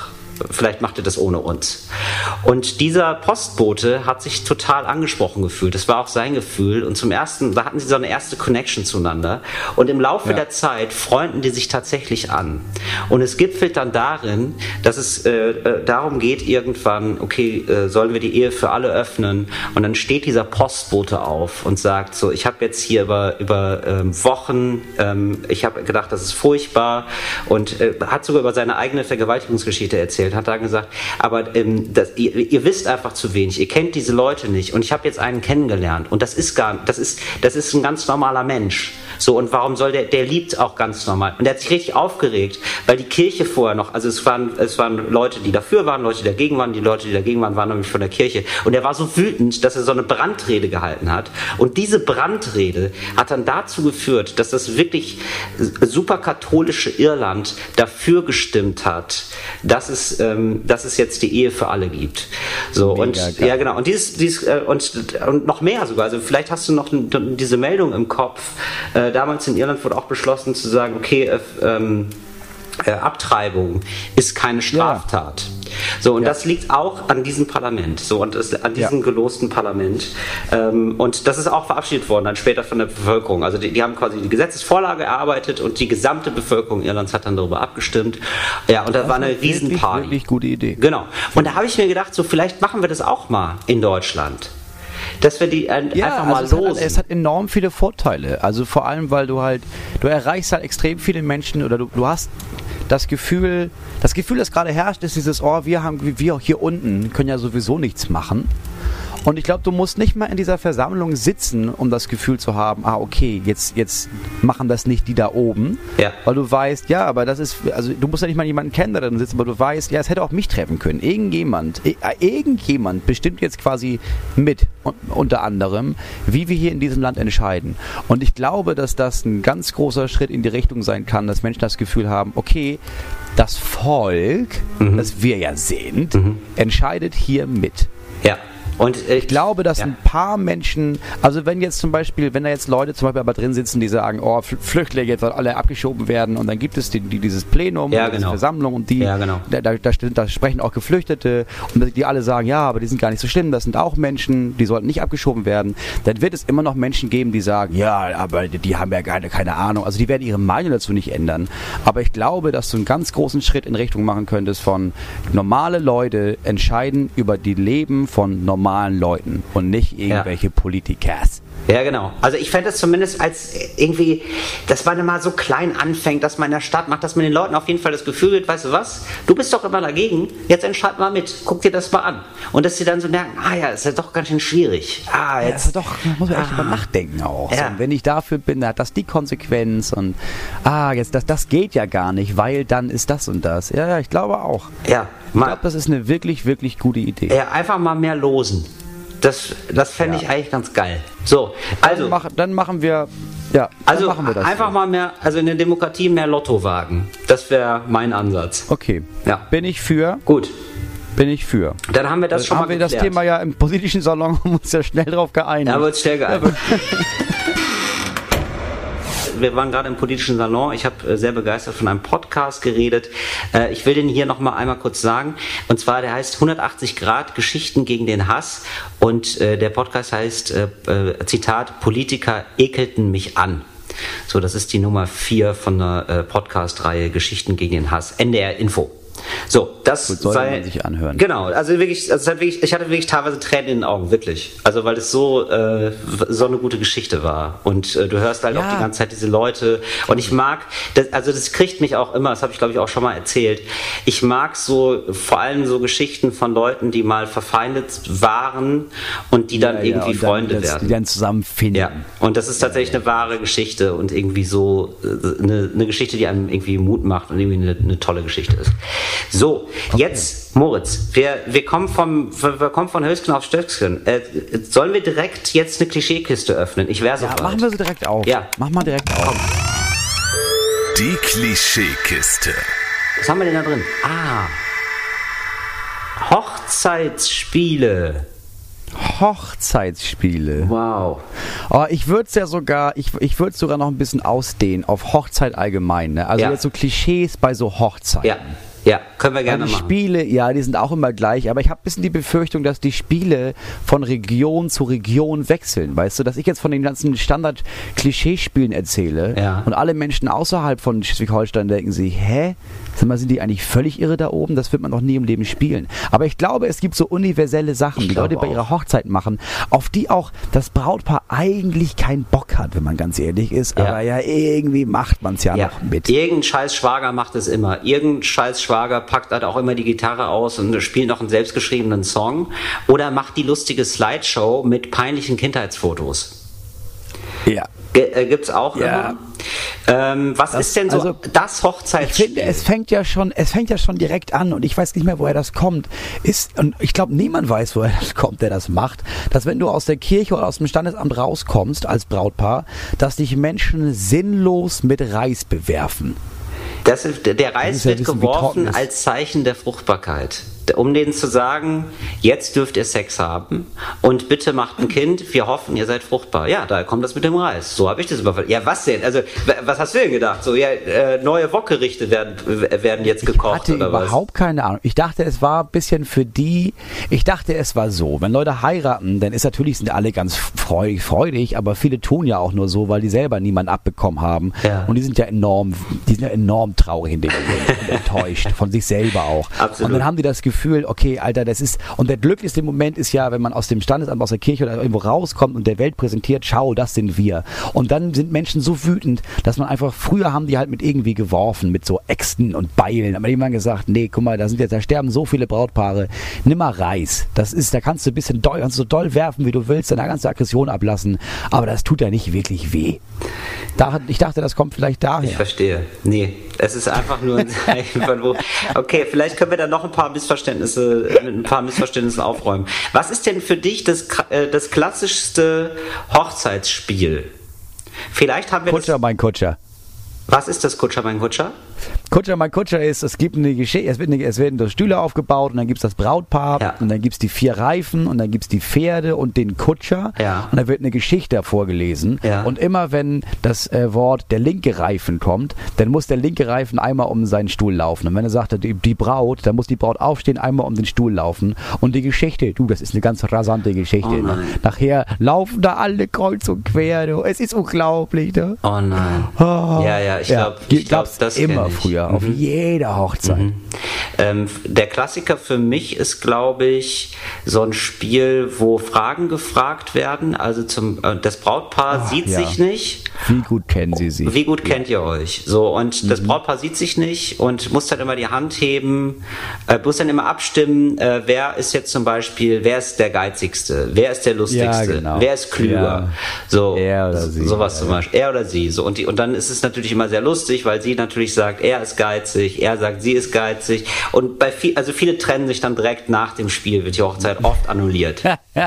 das ohne uns. Und dieser Postbote hat sich total angesprochen gefühlt. Das war auch sein Gefühl. Und da hatten sie so eine erste Connection zueinander. Und im Laufe der Zeit freunden die sich tatsächlich an. Und es gipfelt dann darin, dass es darum geht irgendwann, okay, sollen wir die Ehe für alle öffnen? Und dann steht dieser Postbote auf und sagt so, ich habe jetzt hier über Wochen, ich habe gedacht, das ist furchtbar. Und hat sogar über seine eigene Vergewaltigungsgeschichte erzählt. Hat da gesagt, aber ihr wisst einfach zu wenig, ihr kennt diese Leute nicht und ich habe jetzt einen kennengelernt und das ist ein ganz normaler Mensch. So, und warum soll der liebt auch ganz normal. Und der hat sich richtig aufgeregt, weil die Kirche vorher noch, also es waren Leute, die dafür waren, Leute, die dagegen waren, die Leute, die dagegen waren, waren nämlich von der Kirche. Und er war so wütend, dass er so eine Brandrede gehalten hat. Und diese Brandrede hat dann dazu geführt, dass das wirklich super katholische Irland dafür gestimmt hat, dass es jetzt die Ehe für alle gibt. So, und ja, genau. Und und noch mehr sogar. Also vielleicht hast du noch diese Meldung im Kopf. Damals in Irland wurde auch beschlossen zu sagen, okay, Abtreibung ist keine Straftat. Ja. So, und das liegt auch an diesem Parlament, so, und an diesem gelosten Parlament. Und das ist auch verabschiedet worden, dann später von der Bevölkerung. Also die haben quasi die Gesetzesvorlage erarbeitet und die gesamte Bevölkerung Irlands hat dann darüber abgestimmt. Ja, und da war eine Riesenparty. Wirklich gute Idee. Genau. Und da habe ich mir gedacht, so vielleicht machen wir das auch mal in Deutschland. Dass wir die einfach mal losen. Es hat enorm viele Vorteile. Also vor allem, weil du erreichst halt extrem viele Menschen oder du hast das Gefühl, das gerade herrscht, ist dieses, wir hier unten können ja sowieso nichts machen. Und ich glaube, du musst nicht mal in dieser Versammlung sitzen, um das Gefühl zu haben, okay, jetzt machen das nicht die da oben. Ja. Weil du weißt, ja, aber das ist, also du musst ja nicht mal jemanden kennen, der drin sitzt, aber du weißt, ja, es hätte auch mich treffen können. Irgendjemand bestimmt jetzt quasi mit, unter anderem, wie wir hier in diesem Land entscheiden. Und ich glaube, dass das ein ganz großer Schritt in die Richtung sein kann, dass Menschen das Gefühl haben, okay, das Volk, das wir ja sind, entscheidet hier mit. Ja. Und ich glaube, dass ein paar Menschen, also wenn da jetzt Leute zum Beispiel aber drin sitzen, die sagen, Flüchtlinge jetzt sollen alle abgeschoben werden und dann gibt es dieses Plenum, diese Versammlung und da sprechen auch Geflüchtete und die alle sagen, ja, aber die sind gar nicht so schlimm, das sind auch Menschen, die sollten nicht abgeschoben werden, dann wird es immer noch Menschen geben, die sagen, ja, aber die haben ja keine Ahnung, also die werden ihre Meinung dazu nicht ändern, aber ich glaube, dass du einen ganz großen Schritt in Richtung machen könntest von normale Leute entscheiden über die Leben von normalen Leuten und nicht irgendwelche Politikers. Ja, genau. Also ich fände es zumindest als irgendwie, dass man immer so klein anfängt, dass man in der Stadt macht, dass man den Leuten auf jeden Fall das Gefühl gibt, weißt du was, du bist doch immer dagegen, jetzt entscheid mal mit, guck dir das mal an. Und dass sie dann so merken, ist ja doch ganz schön schwierig. Da muss man echt drüber nachdenken auch. Ja. So, und wenn ich dafür bin, dann hat das die Konsequenz und das geht ja gar nicht, weil dann ist das und das. Ja, ich glaube auch. Ja. Ich glaube, das ist eine wirklich, wirklich gute Idee. Ja, einfach mal mehr losen. Das fände ich eigentlich ganz geil. So, also dann machen wir das einfach mal mehr, also in der Demokratie mehr Lotto wagen. Das wäre mein Ansatz. Okay. Ja. Bin ich für. Gut. Bin ich für. Dann haben wir das schon mal geklärt. Haben wir das Thema ja im politischen Salon uns ja schnell drauf geeinigt. Da wird schnell geeinigt. wir waren gerade im politischen Salon. Ich habe sehr begeistert von einem Podcast geredet. Ich will den hier nochmal einmal kurz sagen. Und zwar, der heißt 180 Grad Geschichten gegen den Hass. Und der Podcast heißt, Zitat, Politiker ekelten mich an. So, das ist die Nummer 4 von der Podcast-Reihe Geschichten gegen den Hass. NDR Info. So, das soll man sich anhören. Genau, also wirklich, ich hatte wirklich teilweise Tränen in den Augen, wirklich. Also weil es so eine gute Geschichte war. Und du hörst halt auch die ganze Zeit diese Leute. Und ich mag, das kriegt mich auch immer, das habe ich glaube ich auch schon mal erzählt. Ich mag so, vor allem so Geschichten von Leuten, die mal verfeindet waren und die dann irgendwie Freunde werden. Die dann zusammenfinden. Ja, und das ist tatsächlich eine wahre Geschichte und irgendwie so eine Geschichte, die einem irgendwie Mut macht und irgendwie eine tolle Geschichte ist. So, jetzt, Moritz, wir kommen von Höchstgen auf Stöcksken. Sollen wir direkt jetzt eine Klischeekiste öffnen? Ich wäre so weit. Machen wir sie direkt auf. Ja. Mach mal direkt auf. Die Klischeekiste. Was haben wir denn da drin? Hochzeitsspiele. Hochzeitsspiele. Wow. Oh, ich würde es sogar noch ein bisschen ausdehnen auf Hochzeit allgemein. Ne? Also jetzt so Klischees bei so Hochzeiten. Ja, können wir gerne die machen. Spiele, die sind auch immer gleich, aber ich habe ein bisschen die Befürchtung, dass die Spiele von Region zu Region wechseln, weißt du, dass ich jetzt von den ganzen Standard-Klischeespielen erzähle und alle Menschen außerhalb von Schleswig-Holstein denken sich, sag mal, sind die eigentlich völlig irre da oben? Das wird man noch nie im Leben spielen. Aber ich glaube, es gibt so universelle Sachen, die Leute bei ihrer Hochzeit machen, auf die auch das Brautpaar eigentlich keinen Bock hat, wenn man ganz ehrlich ist, aber irgendwie macht man es noch mit. Irgendein scheiß Schwager macht es immer. Irgendein scheiß Schwager packt halt auch immer die Gitarre aus und spielt noch einen selbstgeschriebenen Song oder macht die lustige Slideshow mit peinlichen Kindheitsfotos. Ja. Gibt's auch immer. Was ist denn so also, das Hochzeitsspiel? Ich finde, es fängt ja schon direkt an und ich weiß nicht mehr, woher das kommt. Und ich glaube, niemand weiß, woher das kommt, der das macht. Dass wenn du aus der Kirche oder aus dem Standesamt rauskommst als Brautpaar, dass dich Menschen sinnlos mit Reis bewerfen. Der Reis wird geworfen als Zeichen der Fruchtbarkeit. Um denen zu sagen, jetzt dürft ihr Sex haben und bitte macht ein Kind, wir hoffen, ihr seid fruchtbar. Ja, da kommt das mit dem Reis. So habe ich das überfallen. Ja, was denn? Also, was hast du denn gedacht? So, neue Wokgerichte werden jetzt gekocht oder was? Ich hatte überhaupt keine Ahnung. Ich dachte, es war ein bisschen für die, es war so, wenn Leute heiraten, dann ist natürlich, sind alle ganz freudig, aber viele tun ja auch nur so, weil die selber niemanden abbekommen haben. Ja. Und die sind ja enorm traurig in dem Moment und enttäuscht von sich selber auch. Absolut. Und dann haben die das Gefühl, okay, Alter, das ist, und der glücklichste Moment ist ja, wenn man aus dem Standesamt, aus der Kirche oder irgendwo rauskommt und der Welt präsentiert, schau, das sind wir. Und dann sind Menschen so wütend, dass man einfach, früher haben die halt mit irgendwie geworfen, mit so Äxten und Beilen, aber jemand gesagt, nee, guck mal, da sterben so viele Brautpaare, nimm mal Reis. Da kannst du ein bisschen so doll werfen, wie du willst, deine ganze Aggression ablassen, aber das tut ja nicht wirklich weh. Ich dachte, das kommt vielleicht daher. Ich verstehe. Nee, es ist einfach nur ein Zeichen von wo. Okay, vielleicht können wir da noch mit ein paar Missverständnissen aufräumen. Was ist denn für dich das klassischste Hochzeitsspiel? Vielleicht haben wir Kutscher, mein Kutscher. Was ist das Kutscher, mein Kutscher? Kutscher, mein Kutscher ist, es gibt eine Geschichte, es werden Stühle aufgebaut und dann gibt es das Brautpaar und dann gibt es die 4 Reifen und dann gibt es die Pferde und den Kutscher und da wird eine Geschichte vorgelesen und immer wenn das Wort der linke Reifen kommt, dann muss der linke Reifen einmal um seinen Stuhl laufen und wenn er sagt, die Braut, dann muss die Braut aufstehen, einmal um den Stuhl laufen und die Geschichte, das ist eine ganz rasante Geschichte. Nachher laufen da alle kreuz und quer, es ist unglaublich. Ne? Oh nein. Ja, ich glaube, das immer früher, auf jeder Hochzeit. Der Klassiker für mich ist, glaube ich, so ein Spiel, wo Fragen gefragt werden. Also das Brautpaar sieht sich nicht. Wie gut kennen sie sich? Wie gut kennt ihr euch? So, und das Brautpaar sieht sich nicht und muss dann immer die Hand heben, muss dann immer abstimmen, wer ist jetzt zum Beispiel, wer ist der Geizigste, wer ist der Lustigste, wer ist klüger. So, er oder sie. Sowas zum Beispiel. Er oder sie. So, und dann ist es natürlich immer sehr lustig, weil sie natürlich sagt, er ist geizig, er sagt, sie ist geizig. Und viele trennen sich dann direkt nach dem Spiel, wird die Hochzeit oft annulliert.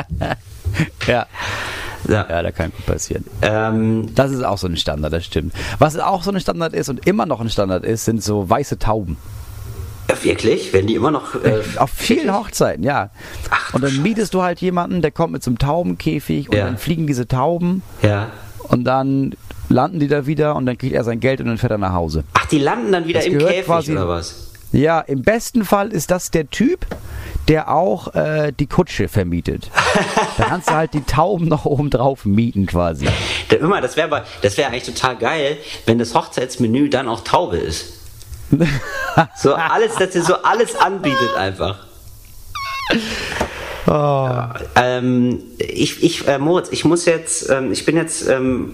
Ja, da kann gut passieren. Das ist auch so ein Standard, das stimmt. Was auch so ein Standard ist und immer noch ein Standard ist, sind so weiße Tauben. Wirklich? Werden die immer noch... auf vielen Hochzeiten, ja. Ach, und dann mietest du halt jemanden, der kommt mit so einem Taubenkäfig und dann fliegen diese Tauben. Ja. Und dann landen die da wieder und dann kriegt er sein Geld und dann fährt er nach Hause. Ach, die landen dann wieder im Käfig quasi, oder was? Ja, im besten Fall ist das der Typ, der auch die Kutsche vermietet. Da kannst du halt die Tauben noch oben drauf mieten quasi. Das wäre eigentlich total geil, wenn das Hochzeitsmenü dann auch Taube ist. So alles, dass ihr so alles anbietet einfach. Oh. Moritz, ich bin jetzt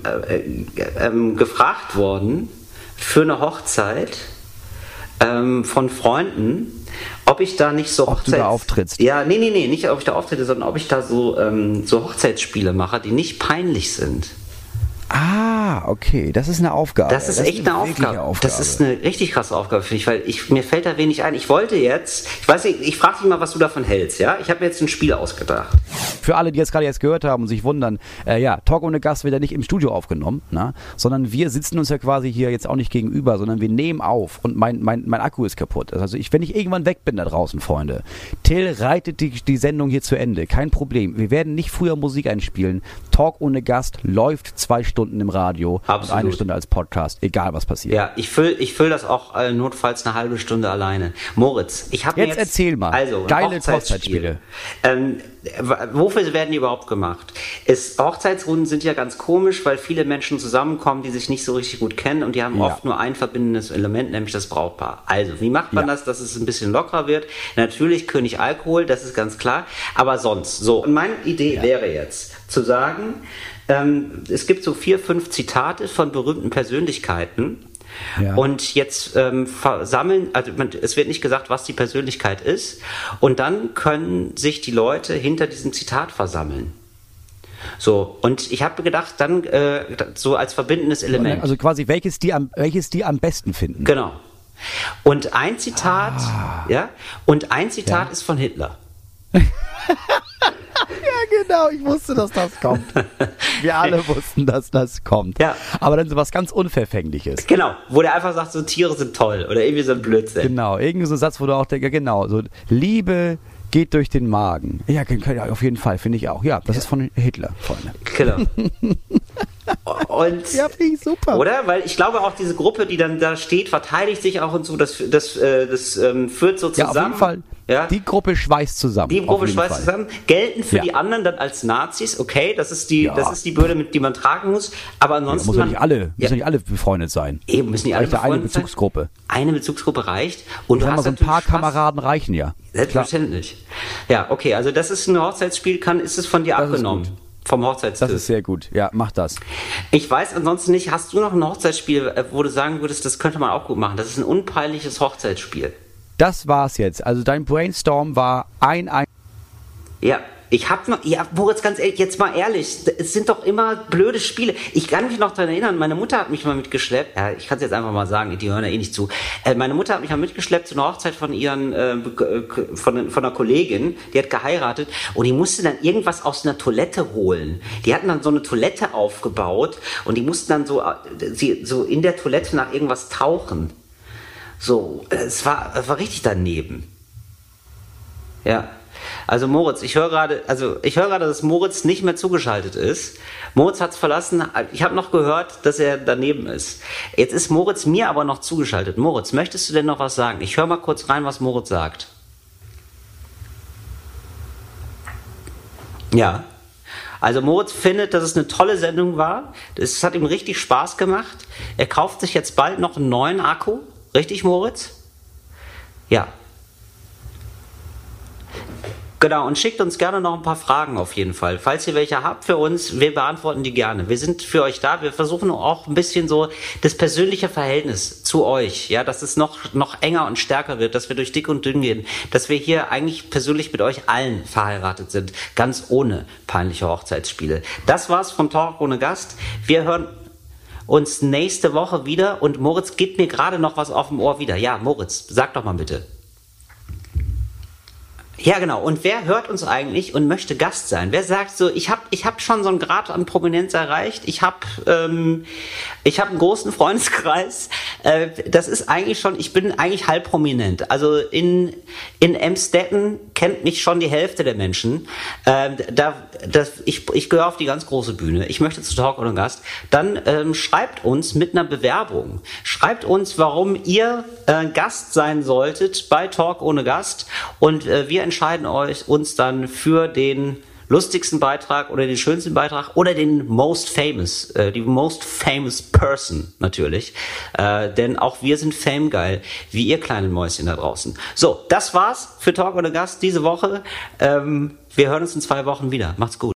gefragt worden für eine Hochzeit von Freunden, ob ich da nicht so Ob du da auftrittst? Ja, nee, nicht ob ich da auftrete, sondern ob ich da so Hochzeitsspiele mache, die nicht peinlich sind. Ah, okay, das ist eine Aufgabe. Das ist echt eine Aufgabe. Das ist eine richtig krasse Aufgabe, finde ich, weil mir fällt da wenig ein. Ich wollte jetzt, ich weiß nicht, ich frage dich mal, was du davon hältst, ja? Ich habe mir jetzt ein Spiel ausgedacht. Für alle, die jetzt gerade gehört haben und sich wundern, Talk ohne Gast wird ja nicht im Studio aufgenommen, sondern wir sitzen uns ja quasi hier jetzt auch nicht gegenüber, sondern wir nehmen auf und mein Akku ist kaputt. Also wenn ich irgendwann weg bin da draußen, Freunde, Till reitet die Sendung hier zu Ende, kein Problem. Wir werden nicht früher Musik einspielen. Talk ohne Gast läuft 2 Stunden im Radio. Absolut. Und 1 Stunde als Podcast, egal was passiert. Ja, ich füll das auch notfalls eine halbe Stunde alleine. Moritz, ich habe jetzt erzähl mal. Also, geile Hochzeitsspiele. Wofür werden die überhaupt gemacht? Hochzeitsrunden sind ja ganz komisch, weil viele Menschen zusammenkommen, die sich nicht so richtig gut kennen und die haben oft nur ein verbindendes Element, nämlich das Brautpaar. Also, wie macht man das, dass es ein bisschen lockerer wird? Natürlich König Alkohol, das ist ganz klar, aber sonst. So, und meine Idee wäre jetzt zu sagen, es gibt so 4, 5 Zitate von berühmten Persönlichkeiten. Ja. Und jetzt versammeln, also es wird nicht gesagt, was die Persönlichkeit ist, und dann können sich die Leute hinter diesem Zitat versammeln. So, und ich habe gedacht, dann so als verbindendes Element. Also quasi, welches die am besten finden. Genau. Und ein Zitat, ist von Hitler. Ja, genau, ich wusste, dass das kommt. Wir alle wussten, dass das kommt. Ja. Aber dann so was ganz Unverfängliches. Genau, wo der einfach sagt, so Tiere sind toll oder irgendwie so ein Blödsinn. Genau, irgendwie so ein Satz, wo du auch denkst, genau, so Liebe geht durch den Magen. Ja, auf jeden Fall, finde ich auch. Ja, das ist von Hitler, Freunde. Genau. Und, ja, finde ich super. Oder? Weil ich glaube auch, diese Gruppe, die dann da steht, verteidigt sich auch und so, das führt so zusammen. Ja, auf jeden Fall. Ja? Die Gruppe schweißt zusammen. Gelten für die anderen dann als Nazis, okay, das ist die Bürde, die man tragen muss, aber ansonsten... müssen nicht alle befreundet sein. Eben, müssen nicht alle befreundet sein. Eine Bezugsgruppe. Eine Bezugsgruppe reicht. Und du hast so ein paar Kameraden reichen ja. Selbstverständlich. Ja, okay, also das ist ein Hochzeitsspiel, ist es von dir abgenommen? Vom Hochzeitstipp. Das ist sehr gut. Ja, mach das. Ich weiß ansonsten nicht, hast du noch ein Hochzeitsspiel, wo du sagen würdest, das könnte man auch gut machen? Das ist ein unpeinliches Hochzeitsspiel. Das war's jetzt. Also dein Brainstorm war Ja, ich hab noch, Moritz, ganz ehrlich, jetzt mal ehrlich, es sind doch immer blöde Spiele. Ich kann mich noch daran erinnern, meine Mutter hat mich mal mitgeschleppt, ich kann es jetzt einfach mal sagen, die hören ja eh nicht zu. Meine Mutter hat mich mal mitgeschleppt zu einer Hochzeit von von einer Kollegin, die hat geheiratet und die musste dann irgendwas aus einer Toilette holen. Die hatten dann so eine Toilette aufgebaut und die mussten dann so in der Toilette nach irgendwas tauchen. So, es war richtig daneben. Ja. Also Moritz, ich höre gerade, dass Moritz nicht mehr zugeschaltet ist. Moritz hat es verlassen. Ich habe noch gehört, dass er daneben ist. Jetzt ist Moritz mir aber noch zugeschaltet. Moritz, möchtest du denn noch was sagen? Ich höre mal kurz rein, was Moritz sagt. Ja. Also Moritz findet, dass es eine tolle Sendung war. Es hat ihm richtig Spaß gemacht. Er kauft sich jetzt bald noch einen neuen Akku. Richtig, Moritz? Ja. Genau, und schickt uns gerne noch ein paar Fragen auf jeden Fall. Falls ihr welche habt für uns, wir beantworten die gerne. Wir sind für euch da. Wir versuchen auch ein bisschen so das persönliche Verhältnis zu euch, ja, dass es noch enger und stärker wird, dass wir durch dick und dünn gehen, dass wir hier eigentlich persönlich mit euch allen verheiratet sind, ganz ohne peinliche Hochzeitsspiele. Das war's vom Talk ohne Gast. Wir hören uns nächste Woche wieder und Moritz gibt mir gerade noch was auf dem Ohr wieder. Ja, Moritz, sag doch mal bitte. Ja, genau. Und wer hört uns eigentlich und möchte Gast sein? Wer sagt so, ich hab hab schon so einen Grad an Prominenz erreicht. Ich habe einen großen Freundeskreis. Das ist eigentlich schon, ich bin eigentlich halb prominent. Also in Emstetten kennt mich schon die Hälfte der Menschen. Ich gehöre auf die ganz große Bühne. Ich möchte zu Talk ohne Gast. Dann schreibt uns mit einer Bewerbung. Schreibt uns, warum ihr Gast sein solltet bei Talk ohne Gast. Und wir entscheiden uns dann für den lustigsten Beitrag oder den schönsten Beitrag oder den most famous, die most famous person natürlich. Denn auch wir sind famegeil, wie ihr kleinen Mäuschen da draußen. So, das war's für Talk ohne Gast diese Woche. Wir hören uns in 2 Wochen wieder. Macht's gut.